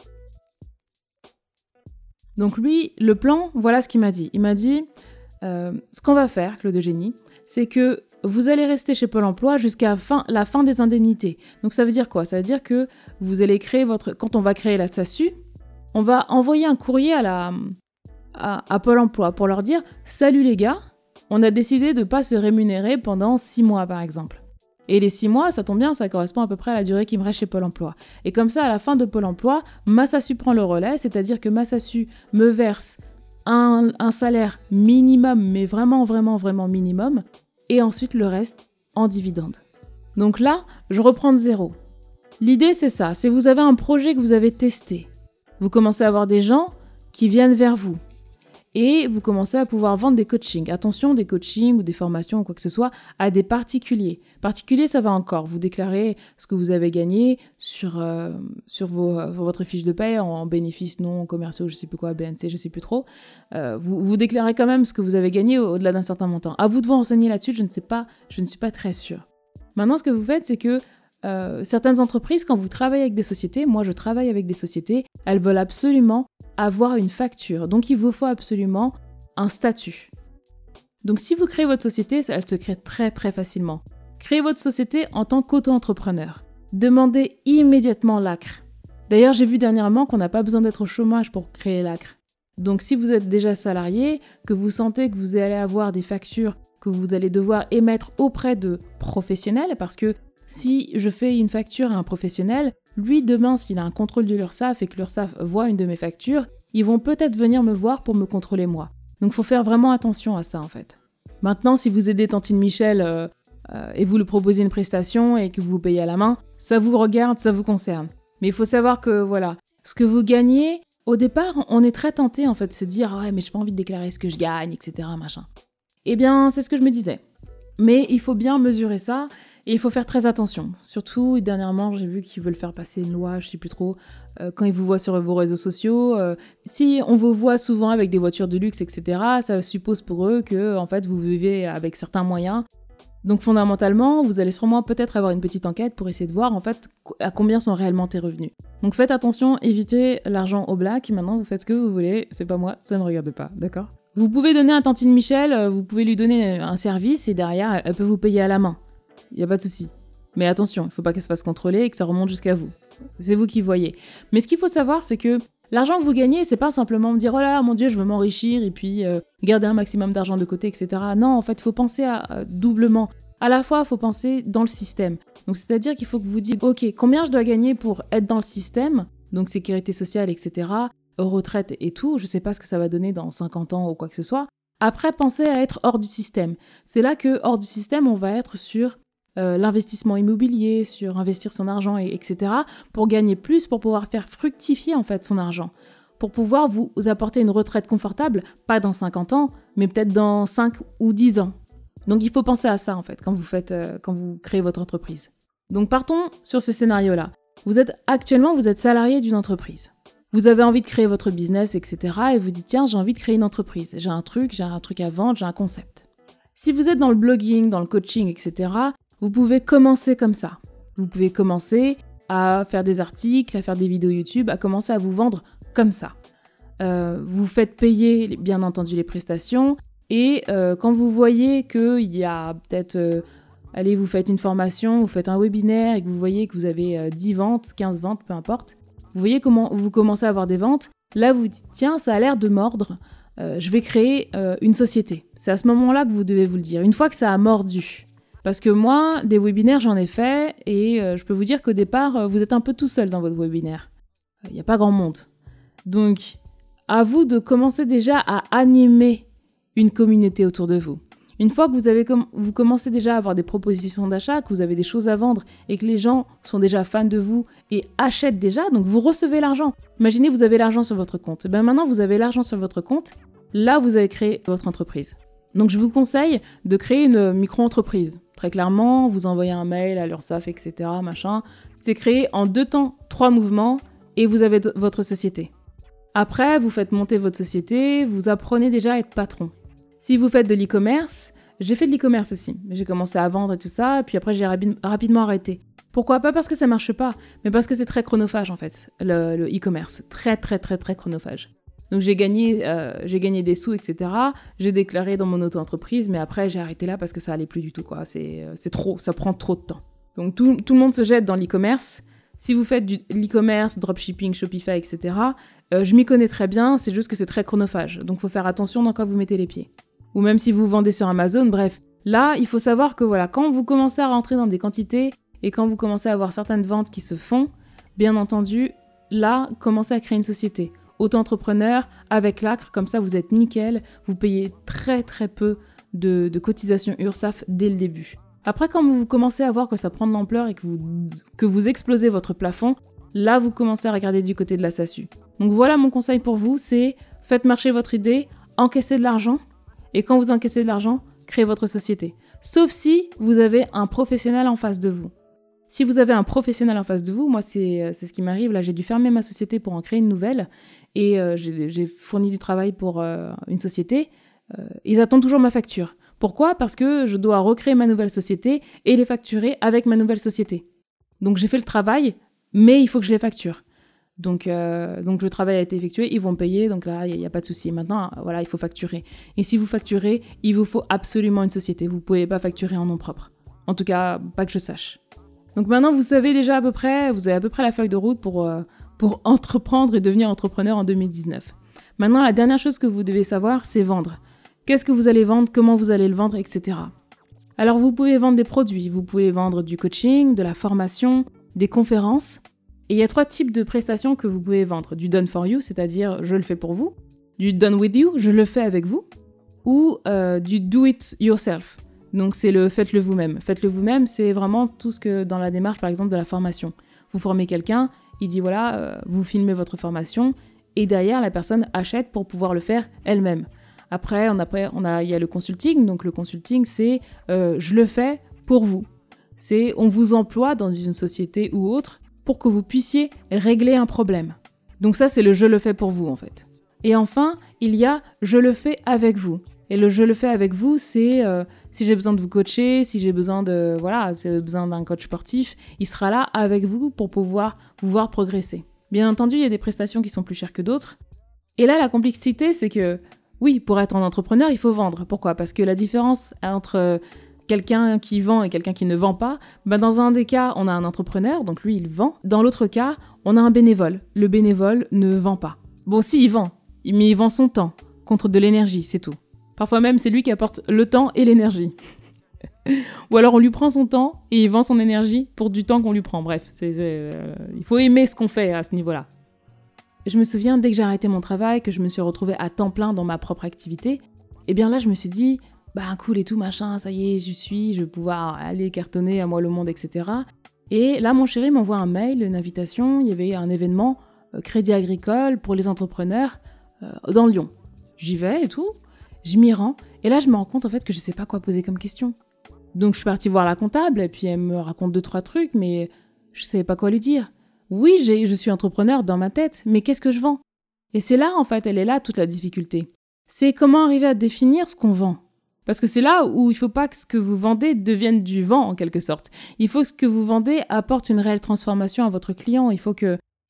Donc lui, le plan, voilà ce qu'il m'a dit. Il m'a dit, ce qu'on va faire, Claude Eugénie, c'est que vous allez rester chez Pôle emploi jusqu'à la fin des indemnités. Donc ça veut dire quoi ? Ça veut dire que vous allez créer quand on va créer la SASU, on va envoyer un courrier à Pôle emploi pour leur dire « Salut les gars, on a décidé de ne pas se rémunérer pendant 6 mois par exemple. » Et les 6 mois, ça tombe bien, ça correspond à peu près à la durée qui me reste chez Pôle emploi. Et comme ça, à la fin de Pôle emploi, ma SASU prend le relais, c'est-à-dire que ma SASU me verse un salaire minimum, mais vraiment, vraiment, vraiment minimum, et ensuite le reste en dividende. Donc là, je reprends de zéro. L'idée, c'est ça, c'est vous avez un projet que vous avez testé. Vous commencez à avoir des gens qui viennent vers vous. Et vous commencez à pouvoir vendre des coachings. Attention, des coachings ou des formations ou quoi que ce soit à des particuliers. Particuliers, ça va encore. Vous déclarez ce que vous avez gagné sur votre fiche de paie en bénéfices non commerciaux, je ne sais plus quoi, BNC, je ne sais plus trop. Vous déclarez quand même ce que vous avez gagné au-delà d'un certain montant. À vous de vous renseigner là-dessus, je ne suis pas très sûre. Maintenant, ce que vous faites, c'est que certaines entreprises, quand vous travaillez avec des sociétés, moi je travaille avec des sociétés, elles veulent absolument avoir une facture. Donc il vous faut absolument un statut. Donc si vous créez votre société, elle se crée très très facilement. Créez votre société en tant qu'auto-entrepreneur. Demandez immédiatement l'ACRE. D'ailleurs, j'ai vu dernièrement qu'on n'a pas besoin d'être au chômage pour créer l'ACRE. Donc si vous êtes déjà salarié, que vous sentez que vous allez avoir des factures que vous allez devoir émettre auprès de professionnels, parce que si je fais une facture à un professionnel, lui, demain, s'il a un contrôle de l'URSSAF et que l'URSSAF voit une de mes factures, ils vont peut-être venir me voir pour me contrôler moi. Donc, il faut faire vraiment attention à ça, en fait. Maintenant, si vous aidez Tantine Michel et vous lui proposez une prestation et que vous payez à la main, ça vous regarde, ça vous concerne. Mais il faut savoir que, voilà, ce que vous gagnez, au départ, on est très tenté, en fait, de se dire « Ouais, mais j'ai pas envie de déclarer ce que je gagne, etc. » machin. Eh bien, c'est ce que je me disais. Mais il faut bien mesurer ça. Et il faut faire très attention. Surtout, dernièrement, j'ai vu qu'ils veulent faire passer une loi, je ne sais plus trop, quand ils vous voient sur vos réseaux sociaux. Si on vous voit souvent avec des voitures de luxe, etc., ça suppose pour eux que en fait, vous vivez avec certains moyens. Donc fondamentalement, vous allez sûrement peut-être avoir une petite enquête pour essayer de voir en fait à combien sont réellement tes revenus. Donc faites attention, évitez l'argent au black. Maintenant, vous faites ce que vous voulez. C'est pas moi, ça ne me regarde pas, d'accord ? Vous pouvez donner à Tantine Michel, vous pouvez lui donner un service et derrière, elle peut vous payer à la main. Il n'y a pas de souci. Mais attention, il ne faut pas qu'elle se fasse contrôler et que ça remonte jusqu'à vous. C'est vous qui voyez. Mais ce qu'il faut savoir, c'est que l'argent que vous gagnez, c'est pas simplement me dire « Oh là là, mon Dieu, je veux m'enrichir et puis garder un maximum d'argent de côté, etc. » Non, en fait, il faut penser à doublement. À la fois, il faut penser dans le système. Donc, c'est-à-dire qu'il faut que vous dites « Ok, combien je dois gagner pour être dans le système ?» Donc, sécurité sociale, etc., retraite et tout. Je ne sais pas ce que ça va donner dans 50 ans ou quoi que ce soit. Après, pensez à être hors du système. C'est là que, hors du système, on va être sur l'investissement immobilier, sur investir son argent, etc., pour gagner plus, pour pouvoir faire fructifier en fait son argent, pour pouvoir vous apporter une retraite confortable, pas dans 50 ans, mais peut-être dans 5 ou 10 ans. Donc il faut penser à ça en fait quand vous créez votre entreprise. Donc partons sur ce scénario-là. Vous êtes salarié d'une entreprise. Vous avez envie de créer votre business, etc. et vous dites tiens, j'ai envie de créer une entreprise. J'ai un truc à vendre, j'ai un concept. Si vous êtes dans le blogging, dans le coaching, etc., vous pouvez commencer comme ça. Vous pouvez commencer à faire des articles, à faire des vidéos YouTube, à commencer à vous vendre comme ça. Vous faites payer, bien entendu, les prestations. Et quand vous voyez qu'il y a peut-être... vous faites une formation, vous faites un webinaire et que vous voyez que vous avez 10 ventes, 15 ventes, peu importe. Vous voyez comment vous commencez à avoir des ventes. Là, vous dites, tiens, ça a l'air de mordre. Je vais créer une société. C'est à ce moment-là que vous devez vous le dire. Une fois que ça a mordu... Parce que moi, des webinaires, j'en ai fait et je peux vous dire qu'au départ, vous êtes un peu tout seul dans votre webinaire. Il n'y a pas grand monde. Donc, à vous de commencer déjà à animer une communauté autour de vous. Une fois que vous commencez déjà à avoir des propositions d'achat, que vous avez des choses à vendre et que les gens sont déjà fans de vous et achètent déjà, donc vous recevez l'argent. Imaginez, vous avez l'argent sur votre compte. Et bien maintenant, vous avez l'argent sur votre compte. Là, vous avez créé votre entreprise. Donc, je vous conseille de créer une micro-entreprise. Très clairement, vous envoyez un mail à l'URSSAF, etc., machin. C'est créé en 2 temps, 3 mouvements, et vous avez votre société. Après, vous faites monter votre société, vous apprenez déjà à être patron. Si vous faites de l'e-commerce, j'ai fait de l'e-commerce aussi. J'ai commencé à vendre et tout ça, et puis après, j'ai rapidement arrêté. Pourquoi ? Pas parce que ça marche pas, mais parce que c'est très chronophage, en fait, le e-commerce. Très, très, très, très chronophage. Donc j'ai gagné des sous, etc. J'ai déclaré dans mon auto-entreprise, mais après j'ai arrêté là parce que ça allait plus du tout, quoi. C'est trop, ça prend trop de temps. Donc tout le monde se jette dans l'e-commerce. Si vous faites de l'e-commerce, dropshipping, Shopify, etc., je m'y connais très bien, c'est juste que c'est très chronophage. Donc il faut faire attention dans quoi vous mettez les pieds. Ou même si vous vendez sur Amazon, bref. Là, il faut savoir que voilà, quand vous commencez à rentrer dans des quantités et quand vous commencez à avoir certaines ventes qui se font, bien entendu, là, commencez à créer une société. Auto-entrepreneur, avec l'ACRE, comme ça vous êtes nickel, vous payez très très peu de cotisations URSSAF dès le début. Après, quand vous commencez à voir que ça prend de l'ampleur et que vous explosez votre plafond, là, vous commencez à regarder du côté de la SASU. Donc voilà mon conseil pour vous, c'est faites marcher votre idée, encaissez de l'argent, et quand vous encaissez de l'argent, créez votre société. Sauf si vous avez un professionnel en face de vous. Si vous avez un professionnel en face de vous, moi c'est ce qui m'arrive, là j'ai dû fermer ma société pour en créer une nouvelle, et j'ai fourni du travail pour une société, ils attendent toujours ma facture. Pourquoi ? Parce que je dois recréer ma nouvelle société et les facturer avec ma nouvelle société. Donc j'ai fait le travail, mais il faut que je les facture. Donc le travail a été effectué, ils vont payer, donc là, il n'y a pas de souci. Maintenant, voilà, il faut facturer. Et si vous facturez, il vous faut absolument une société. Vous ne pouvez pas facturer en nom propre. En tout cas, pas que je sache. Donc maintenant, vous savez déjà vous avez à peu près la feuille de route pour entreprendre et devenir entrepreneur en 2019. Maintenant, la dernière chose que vous devez savoir, c'est vendre. Qu'est-ce que vous allez vendre, comment vous allez le vendre, etc. Alors, vous pouvez vendre des produits, vous pouvez vendre du coaching, de la formation, des conférences. Et il y a 3 types de prestations que vous pouvez vendre. Du done for you, c'est-à-dire je le fais pour vous. Du done with you, je le fais avec vous. Ou du do it yourself. Donc c'est le faites-le vous-même. Faites-le vous-même, c'est vraiment tout ce que dans la démarche, par exemple, de la formation. Vous formez quelqu'un, il dit voilà, vous filmez votre formation, et derrière, la personne achète pour pouvoir le faire elle-même. Après, il y a le consulting. Donc le consulting, c'est je le fais pour vous. C'est on vous emploie dans une société ou autre pour que vous puissiez régler un problème. Donc ça, c'est le je le fais pour vous, en fait. Et enfin, il y a je le fais avec vous. Et le je le fais avec vous, c'est si j'ai besoin de vous coacher, si j'ai besoin d'un coach sportif, il sera là avec vous pour pouvoir vous voir progresser. Bien entendu, il y a des prestations qui sont plus chères que d'autres. Et là, la complexité, c'est que, oui, pour être un entrepreneur, il faut vendre. Pourquoi ? Parce que la différence entre quelqu'un qui vend et quelqu'un qui ne vend pas, dans un des cas, on a un entrepreneur, donc lui, il vend. Dans l'autre cas, on a un bénévole. Le bénévole ne vend pas. Bon, si, il vend, mais il vend son temps contre de l'énergie, c'est tout. Parfois même, c'est lui qui apporte le temps et l'énergie. Ou alors, on lui prend son temps et il vend son énergie pour du temps qu'on lui prend. Bref, il faut aimer ce qu'on fait à ce niveau-là. Je me souviens, dès que j'ai arrêté mon travail, que je me suis retrouvée à temps plein dans ma propre activité, et bien là, je me suis dit, cool et tout, machin, ça y est, je vais pouvoir aller cartonner à moi le monde, etc. Et là, mon chéri m'envoie un mail, une invitation, il y avait un événement Crédit Agricole pour les entrepreneurs dans Lyon. J'y vais et tout, je m'y rends, et là, je me rends compte en fait que je sais pas quoi poser comme question. Donc, je suis partie voir la comptable, et puis elle me raconte 2-3 trucs, mais je savais pas quoi lui dire. Oui, je suis entrepreneur dans ma tête, mais qu'est-ce que je vends ? Et c'est là, en fait, elle est là toute la difficulté. C'est comment arriver à définir ce qu'on vend. Parce que c'est là où il ne faut pas que ce que vous vendez devienne du vent, en quelque sorte. Il faut que ce que vous vendez apporte une réelle transformation à votre client. Il faut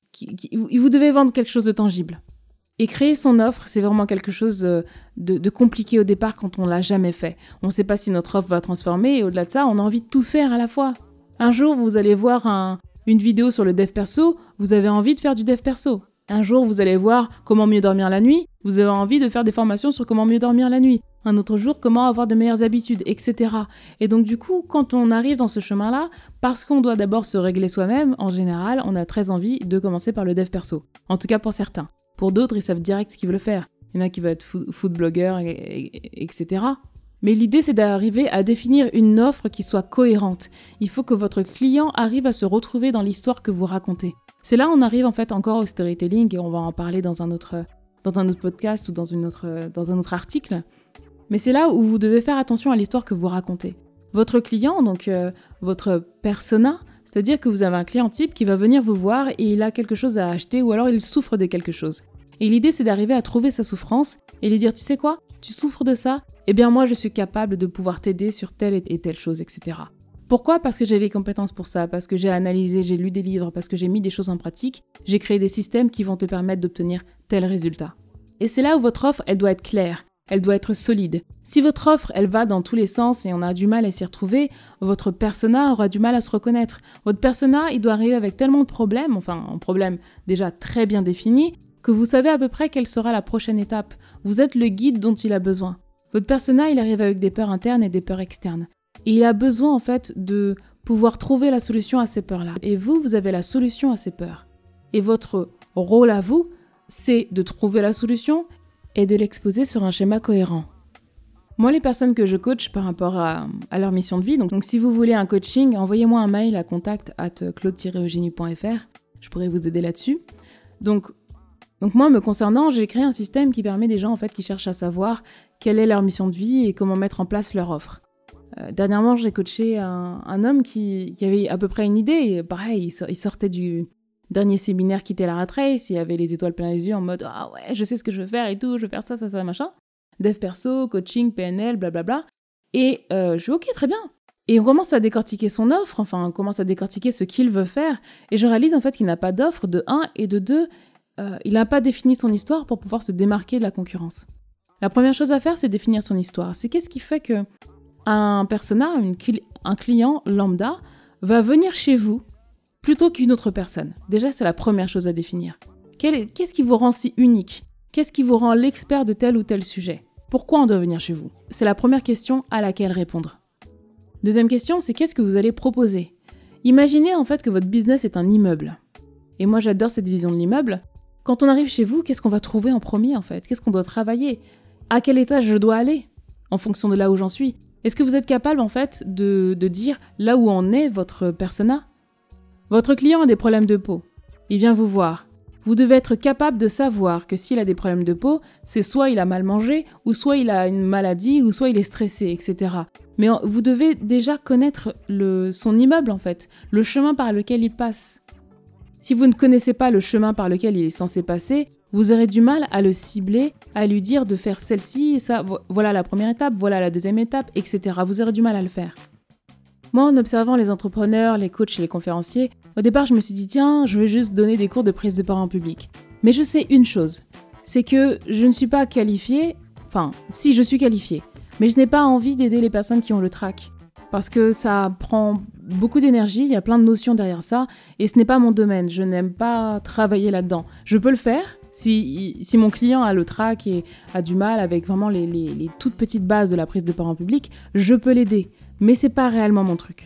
vous devez vendre quelque chose de tangible. Et créer son offre, c'est vraiment quelque chose de compliqué au départ quand on ne l'a jamais fait. On ne sait pas si notre offre va transformer, et au-delà de ça, on a envie de tout faire à la fois. Un jour, vous allez voir une vidéo sur le dev perso, vous avez envie de faire du dev perso. Un jour, vous allez voir comment mieux dormir la nuit, vous avez envie de faire des formations sur comment mieux dormir la nuit. Un autre jour, comment avoir de meilleures habitudes, etc. Et donc du coup, quand on arrive dans ce chemin-là, parce qu'on doit d'abord se régler soi-même, en général, on a très envie de commencer par le dev perso. En tout cas pour certains. Pour d'autres, ils savent direct ce qu'ils veulent faire. Il y en a qui veulent être food blogueur, etc. Mais l'idée, c'est d'arriver à définir une offre qui soit cohérente. Il faut que votre client arrive à se retrouver dans l'histoire que vous racontez. C'est là où on arrive en fait encore au storytelling, et on va en parler dans un autre podcast ou dans un autre article. Mais c'est là où vous devez faire attention à l'histoire que vous racontez. Votre client, donc votre persona, c'est-à-dire que vous avez un client type qui va venir vous voir et il a quelque chose à acheter ou alors il souffre de quelque chose. Et l'idée, c'est d'arriver à trouver sa souffrance et lui dire, tu sais quoi, tu souffres de ça ? Eh bien moi, je suis capable de pouvoir t'aider sur telle et telle chose, etc. Pourquoi ? Parce que j'ai les compétences pour ça, parce que j'ai analysé, j'ai lu des livres, parce que j'ai mis des choses en pratique, j'ai créé des systèmes qui vont te permettre d'obtenir tel résultat. Et c'est là où votre offre, elle doit être claire, elle doit être solide. Si votre offre, elle va dans tous les sens et on a du mal à s'y retrouver, votre persona aura du mal à se reconnaître. Votre persona, il doit arriver avec tellement de problèmes, enfin un problème déjà très bien défini, que vous savez à peu près quelle sera la prochaine étape. Vous êtes le guide dont il a besoin. Votre persona, il arrive avec des peurs internes et des peurs externes. Et il a besoin en fait de pouvoir trouver la solution à ces peurs-là. Et vous avez la solution à ces peurs. Et votre rôle à vous, c'est de trouver la solution et de l'exposer sur un schéma cohérent. Moi, les personnes que je coach par rapport à leur mission de vie, donc si vous voulez un coaching, envoyez-moi un mail à contact@claude-eugenie.fr. Je pourrais vous aider là-dessus. Donc moi, me concernant, j'ai créé un système qui permet des gens en fait, qui cherchent à savoir quelle est leur mission de vie et comment mettre en place leur offre. Dernièrement, j'ai coaché un homme qui avait à peu près une idée. Et pareil, il sortait du dernier séminaire qui était la Rat Race, il avait les étoiles plein les yeux en mode « Ah ouais, je sais ce que je veux faire et tout, je veux faire ça, machin ». Dev perso, coaching, PNL, blablabla. Et je dis « Ok, très bien ». Et on commence à décortiquer son offre, enfin, on commence à décortiquer ce qu'il veut faire. Et je réalise en fait qu'il n'a pas d'offre, de 1, et de 2, il n'a pas défini son histoire pour pouvoir se démarquer de la concurrence. La première chose à faire, c'est définir son histoire. C'est qu'est-ce qui fait que un persona, un client lambda, va venir chez vous plutôt qu'une autre personne. Déjà, c'est la première chose à définir. Qu'est-ce qui vous rend si unique ? Qu'est-ce qui vous rend l'expert de tel ou tel sujet ? Pourquoi on doit venir chez vous ? C'est la première question à laquelle répondre. Deuxième question, c'est qu'est-ce que vous allez proposer ? Imaginez en fait que votre business est un immeuble. Et moi, j'adore cette vision de l'immeuble. Quand on arrive chez vous, qu'est-ce qu'on va trouver en premier en fait ? Qu'est-ce qu'on doit travailler ? À quel étage je dois aller ? En fonction de là où j'en suis. Est-ce que vous êtes capable en fait de dire là où en est votre persona ? Votre client a des problèmes de peau. Il vient vous voir. Vous devez être capable de savoir que s'il a des problèmes de peau, c'est soit il a mal mangé, ou soit il a une maladie, ou soit il est stressé, etc. Mais vous devez déjà connaître son immeuble en fait, le chemin par lequel il passe. Si vous ne connaissez pas le chemin par lequel il est censé passer, vous aurez du mal à le cibler, à lui dire de faire celle-ci, ça, voilà la première étape, voilà la deuxième étape, etc. Vous aurez du mal à le faire. Moi, en observant les entrepreneurs, les coachs et les conférenciers, au départ, je me suis dit, tiens, je vais juste donner des cours de prise de parole en public. Mais je sais une chose, c'est que je ne suis pas qualifiée, enfin, si, je suis qualifiée, mais je n'ai pas envie d'aider les personnes qui ont le trac. Parce que ça prend beaucoup d'énergie, il y a plein de notions derrière ça, et ce n'est pas mon domaine, je n'aime pas travailler là-dedans. Je peux le faire, si mon client a le trac et a du mal avec vraiment les toutes petites bases de la prise de parole en public, je peux l'aider. Mais c'est pas réellement mon truc.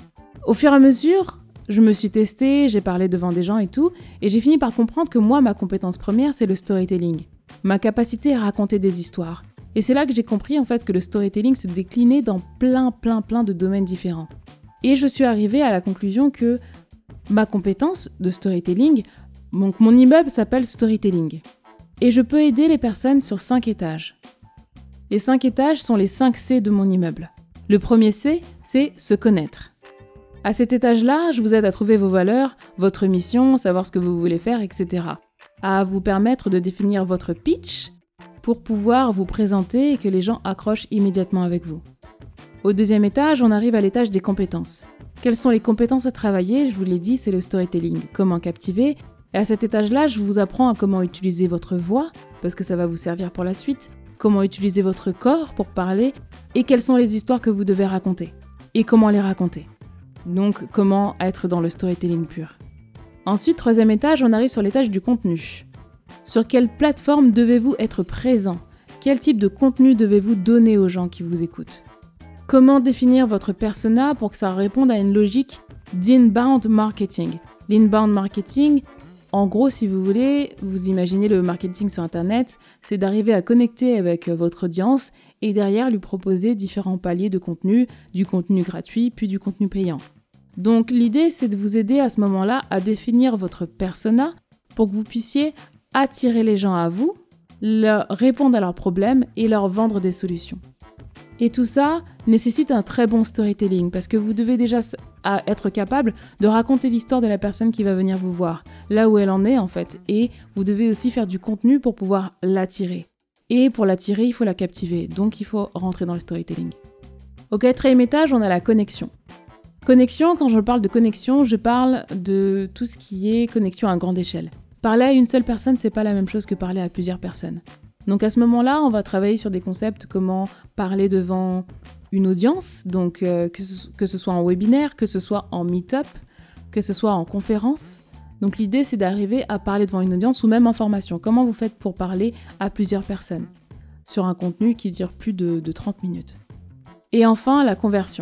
Au fur et à mesure, je me suis testée, j'ai parlé devant des gens et tout, et j'ai fini par comprendre que moi, ma compétence première, c'est le storytelling. Ma capacité à raconter des histoires. Et c'est là que j'ai compris en fait que le storytelling se déclinait dans plein de domaines différents. Et je suis arrivée à la conclusion que ma compétence de storytelling, donc mon immeuble s'appelle storytelling. Et je peux aider les personnes sur 5 étages. Les 5 étages sont les 5 C de mon immeuble. Le premier C, c'est se connaître. À cet étage-là, je vous aide à trouver vos valeurs, votre mission, savoir ce que vous voulez faire, etc. À vous permettre de définir votre pitch pour pouvoir vous présenter et que les gens accrochent immédiatement avec vous. Au deuxième étage, on arrive à l'étage des compétences. Quelles sont les compétences à travailler ? Je vous l'ai dit, c'est le storytelling. Comment captiver ? Et à cet étage-là, je vous apprends à comment utiliser votre voix, parce que ça va vous servir pour la suite. Comment utiliser votre corps pour parler et quelles sont les histoires que vous devez raconter et comment les raconter. Donc, comment être dans le storytelling pur. Ensuite, troisième étage, on arrive sur l'étage du contenu. Sur quelle plateforme devez-vous être présent ? Quel type de contenu devez-vous donner aux gens qui vous écoutent ? Comment définir votre persona pour que ça réponde à une logique d'inbound marketing ? L'inbound marketing, en gros, si vous voulez, vous imaginez le marketing sur Internet, c'est d'arriver à connecter avec votre audience et derrière lui proposer différents paliers de contenu, du contenu gratuit puis du contenu payant. Donc l'idée, c'est de vous aider à ce moment-là à définir votre persona pour que vous puissiez attirer les gens à vous, leur répondre à leurs problèmes et leur vendre des solutions. Et tout ça nécessite un très bon storytelling parce que vous devez déjà être capable de raconter l'histoire de la personne qui va venir vous voir, là où elle en est en fait, et vous devez aussi faire du contenu pour pouvoir l'attirer. Et pour l'attirer, il faut la captiver, donc il faut rentrer dans le storytelling. Au quatrième étage, on a la connexion. Connexion, quand je parle de connexion, je parle de tout ce qui est connexion à grande échelle. Parler à une seule personne, c'est pas la même chose que parler à plusieurs personnes. Donc à ce moment-là, on va travailler sur des concepts, comment parler devant une audience, donc que ce soit en webinaire, que ce soit en meet-up, que ce soit en conférence. Donc l'idée, c'est d'arriver à parler devant une audience ou même en formation. Comment vous faites pour parler à plusieurs personnes sur un contenu qui dure plus de 30 minutes. Et enfin, la conversion.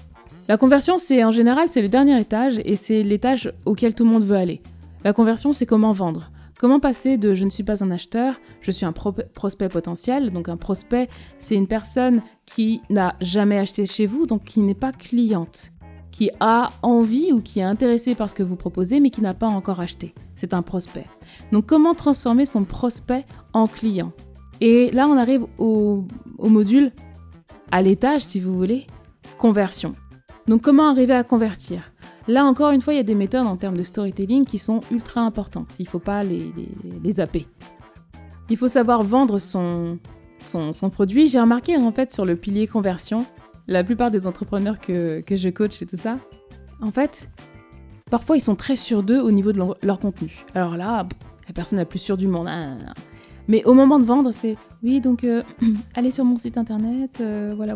La conversion, en général, c'est le dernier étage et c'est l'étage auquel tout le monde veut aller. La conversion, c'est comment vendre. Comment passer de je ne suis pas un acheteur, je suis un prospect potentiel. Donc un prospect, c'est une personne qui n'a jamais acheté chez vous, donc qui n'est pas cliente, qui a envie ou qui est intéressée par ce que vous proposez, mais qui n'a pas encore acheté. C'est un prospect. Donc comment transformer son prospect en client? Et là, on arrive au module, à l'étage, si vous voulez, conversion. Donc comment arriver à convertir? Là, encore une fois, il y a des méthodes en termes de storytelling qui sont ultra importantes. Il ne faut pas les zapper. Il faut savoir vendre son produit. J'ai remarqué, en fait, sur le pilier conversion, la plupart des entrepreneurs que je coach et tout ça, en fait, parfois, ils sont très sûrs d'eux au niveau de leur contenu. Alors là, la personne la plus sûre du monde. Mais au moment de vendre, c'est « oui, donc allez sur mon site internet, voilà. »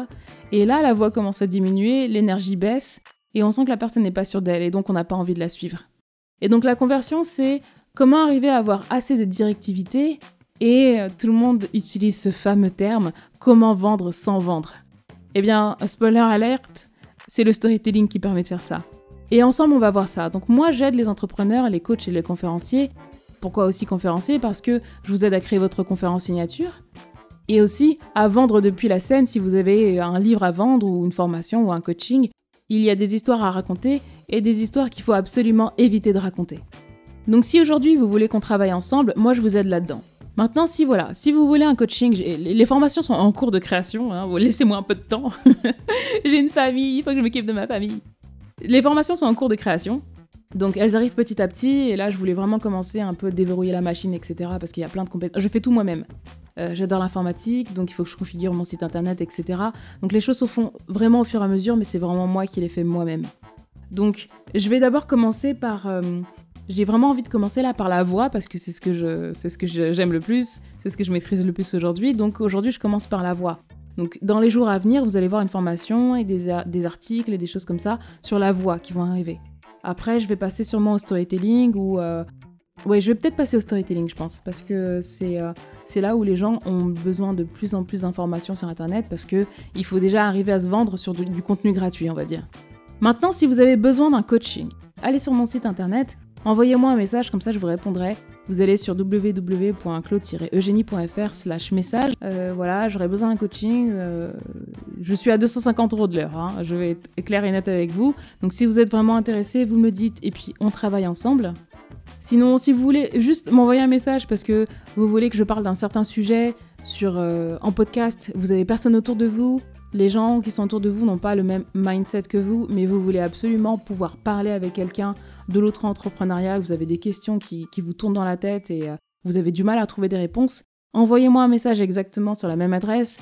Et là, la voix commence à diminuer, l'énergie baisse, et on sent que la personne n'est pas sûre d'elle, et donc on n'a pas envie de la suivre. Et donc la conversion, c'est comment arriver à avoir assez de directivité, et tout le monde utilise ce fameux terme « comment vendre sans vendre ». Eh bien, spoiler alert, c'est le storytelling qui permet de faire ça. Et ensemble, on va voir ça. Donc moi, j'aide les entrepreneurs, les coachs et les conférenciers. Pourquoi aussi conférencier? Parce que je vous aide à créer votre conférence signature et aussi à vendre depuis la scène si vous avez un livre à vendre ou une formation ou un coaching. Il y a des histoires à raconter et des histoires qu'il faut absolument éviter de raconter. Donc si aujourd'hui vous voulez qu'on travaille ensemble, moi je vous aide là-dedans. Maintenant, si vous voulez un coaching, les formations sont en cours de création, laissez-moi un peu de temps. J'ai une famille, il faut que je m'occupe de ma famille. Les formations sont en cours de création. Donc elles arrivent petit à petit, et là je voulais vraiment commencer un peu déverrouiller la machine, etc. Parce qu'il y a plein de compétences. Je fais tout moi-même. J'adore l'informatique, donc il faut que je configure mon site internet, etc. Donc les choses se font vraiment au fur et à mesure, mais c'est vraiment moi qui les fais moi-même. Donc je vais d'abord commencer par... j'ai vraiment envie de commencer là par la voix, parce que c'est ce que j'aime le plus, c'est ce que je maîtrise le plus aujourd'hui. Donc aujourd'hui je commence par la voix. Donc dans les jours à venir, vous allez voir une formation et des articles et des choses comme ça sur la voix qui vont arriver. Après, je vais passer sûrement au storytelling ou... je vais peut-être passer au storytelling, je pense, parce que c'est là où les gens ont besoin de plus en plus d'informations sur Internet, parce qu'il faut déjà arriver à se vendre sur du contenu gratuit, on va dire. Maintenant, si vous avez besoin d'un coaching, allez sur mon site Internet, envoyez-moi un message, comme ça je vous répondrai. Vous allez sur www.claude-eugenie.fr/message. J'aurais besoin d'un coaching. Je suis à 250 € de l'heure. Je vais être claire et nette avec vous. Donc si vous êtes vraiment intéressé, vous me dites et puis on travaille ensemble. Sinon, si vous voulez juste m'envoyer un message parce que vous voulez que je parle d'un certain sujet en podcast, vous avez personne autour de vous. Les gens qui sont autour de vous n'ont pas le même mindset que vous, mais vous voulez absolument pouvoir parler avec quelqu'un de l'autre entrepreneuriat, vous avez des questions qui vous tournent dans la tête et vous avez du mal à trouver des réponses, envoyez-moi un message exactement sur la même adresse,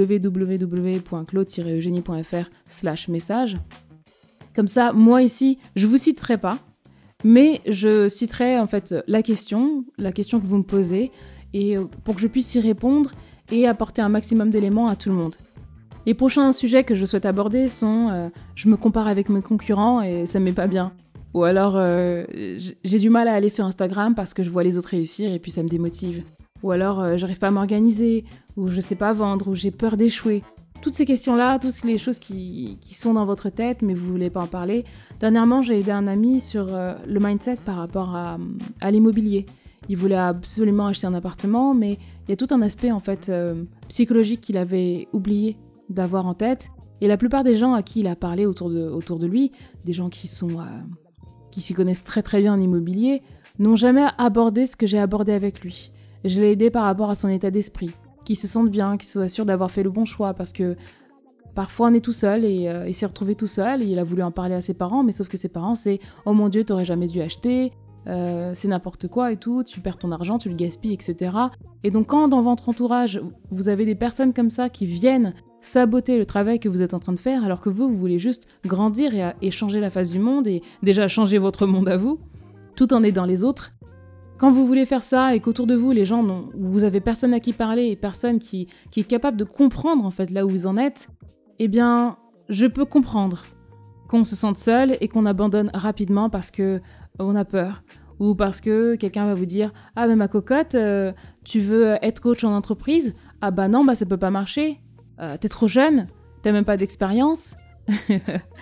www.claude-eugenie.fr/message. Comme ça, moi ici, je vous citerai pas, mais je citerai en fait la question que vous me posez, et pour que je puisse y répondre et apporter un maximum d'éléments à tout le monde. Les prochains sujets que je souhaite aborder sont je me compare avec mes concurrents et ça me met pas bien. Ou alors j'ai du mal à aller sur Instagram parce que je vois les autres réussir et puis ça me démotive. Ou alors j'arrive pas à m'organiser, ou je sais pas vendre, ou j'ai peur d'échouer. Toutes ces questions-là, toutes les choses qui sont dans votre tête mais vous voulez pas en parler. Dernièrement, j'ai aidé un ami sur le mindset par rapport à l'immobilier. Il voulait absolument acheter un appartement, mais il y a tout un aspect en fait psychologique qu'il avait oublié d'avoir en tête. Et la plupart des gens à qui il a parlé autour de lui, des gens qui s'y connaissent très très bien en immobilier, n'ont jamais abordé ce que j'ai abordé avec lui. Je l'ai aidé par rapport à son état d'esprit, qu'il se sente bien, qu'il soit sûr d'avoir fait le bon choix, parce que parfois on est tout seul et il s'est retrouvé tout seul et il a voulu en parler à ses parents, mais sauf que ses parents c'est « Oh mon Dieu, t'aurais jamais dû acheter », c'est n'importe quoi et tout, tu perds ton argent, tu le gaspilles, etc. Et donc quand dans votre entourage, vous avez des personnes comme ça qui viennent saboter le travail que vous êtes en train de faire alors que vous voulez juste grandir et changer la face du monde et déjà changer votre monde à vous, tout en aidant les autres. Quand vous voulez faire ça et qu'autour de vous, les gens vous avez personne à qui parler et personne qui est capable de comprendre en fait là où vous en êtes, eh bien, je peux comprendre qu'on se sente seul et qu'on abandonne rapidement parce que on a peur ou parce que quelqu'un va vous dire « Ah, mais ma cocotte, tu veux être coach en entreprise ? Ah bah non, ça peut pas marcher. T'es trop jeune, t'as même pas d'expérience. »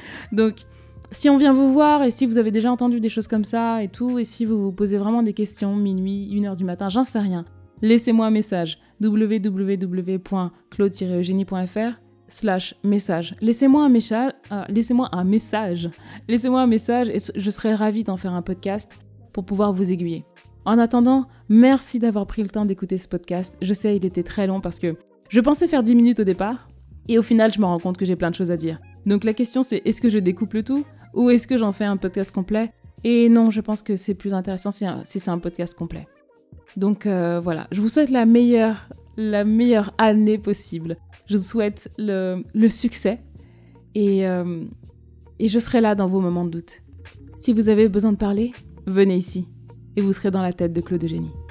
Donc, Si on vient vous voir et si vous avez déjà entendu des choses comme ça et tout, et si vous vous posez vraiment des questions, minuit, 1h du matin, j'en sais rien, laissez-moi un message, www.claude-eugenie.fr/message. Laissez-moi un message et je serai ravie d'en faire un podcast pour pouvoir vous aiguiller. En attendant, merci d'avoir pris le temps d'écouter ce podcast. Je sais, il était très long parce que je pensais faire 10 minutes au départ et au final, je me rends compte que j'ai plein de choses à dire. Donc la question c'est, est-ce que je découpe le tout ou est-ce que j'en fais un podcast complet ? Et non, je pense que c'est plus intéressant si c'est un podcast complet. Donc voilà, je vous souhaite la meilleure année possible. Je vous souhaite le succès et je serai là dans vos moments de doute. Si vous avez besoin de parler, venez ici et vous serez dans la tête de Claude Eugenie.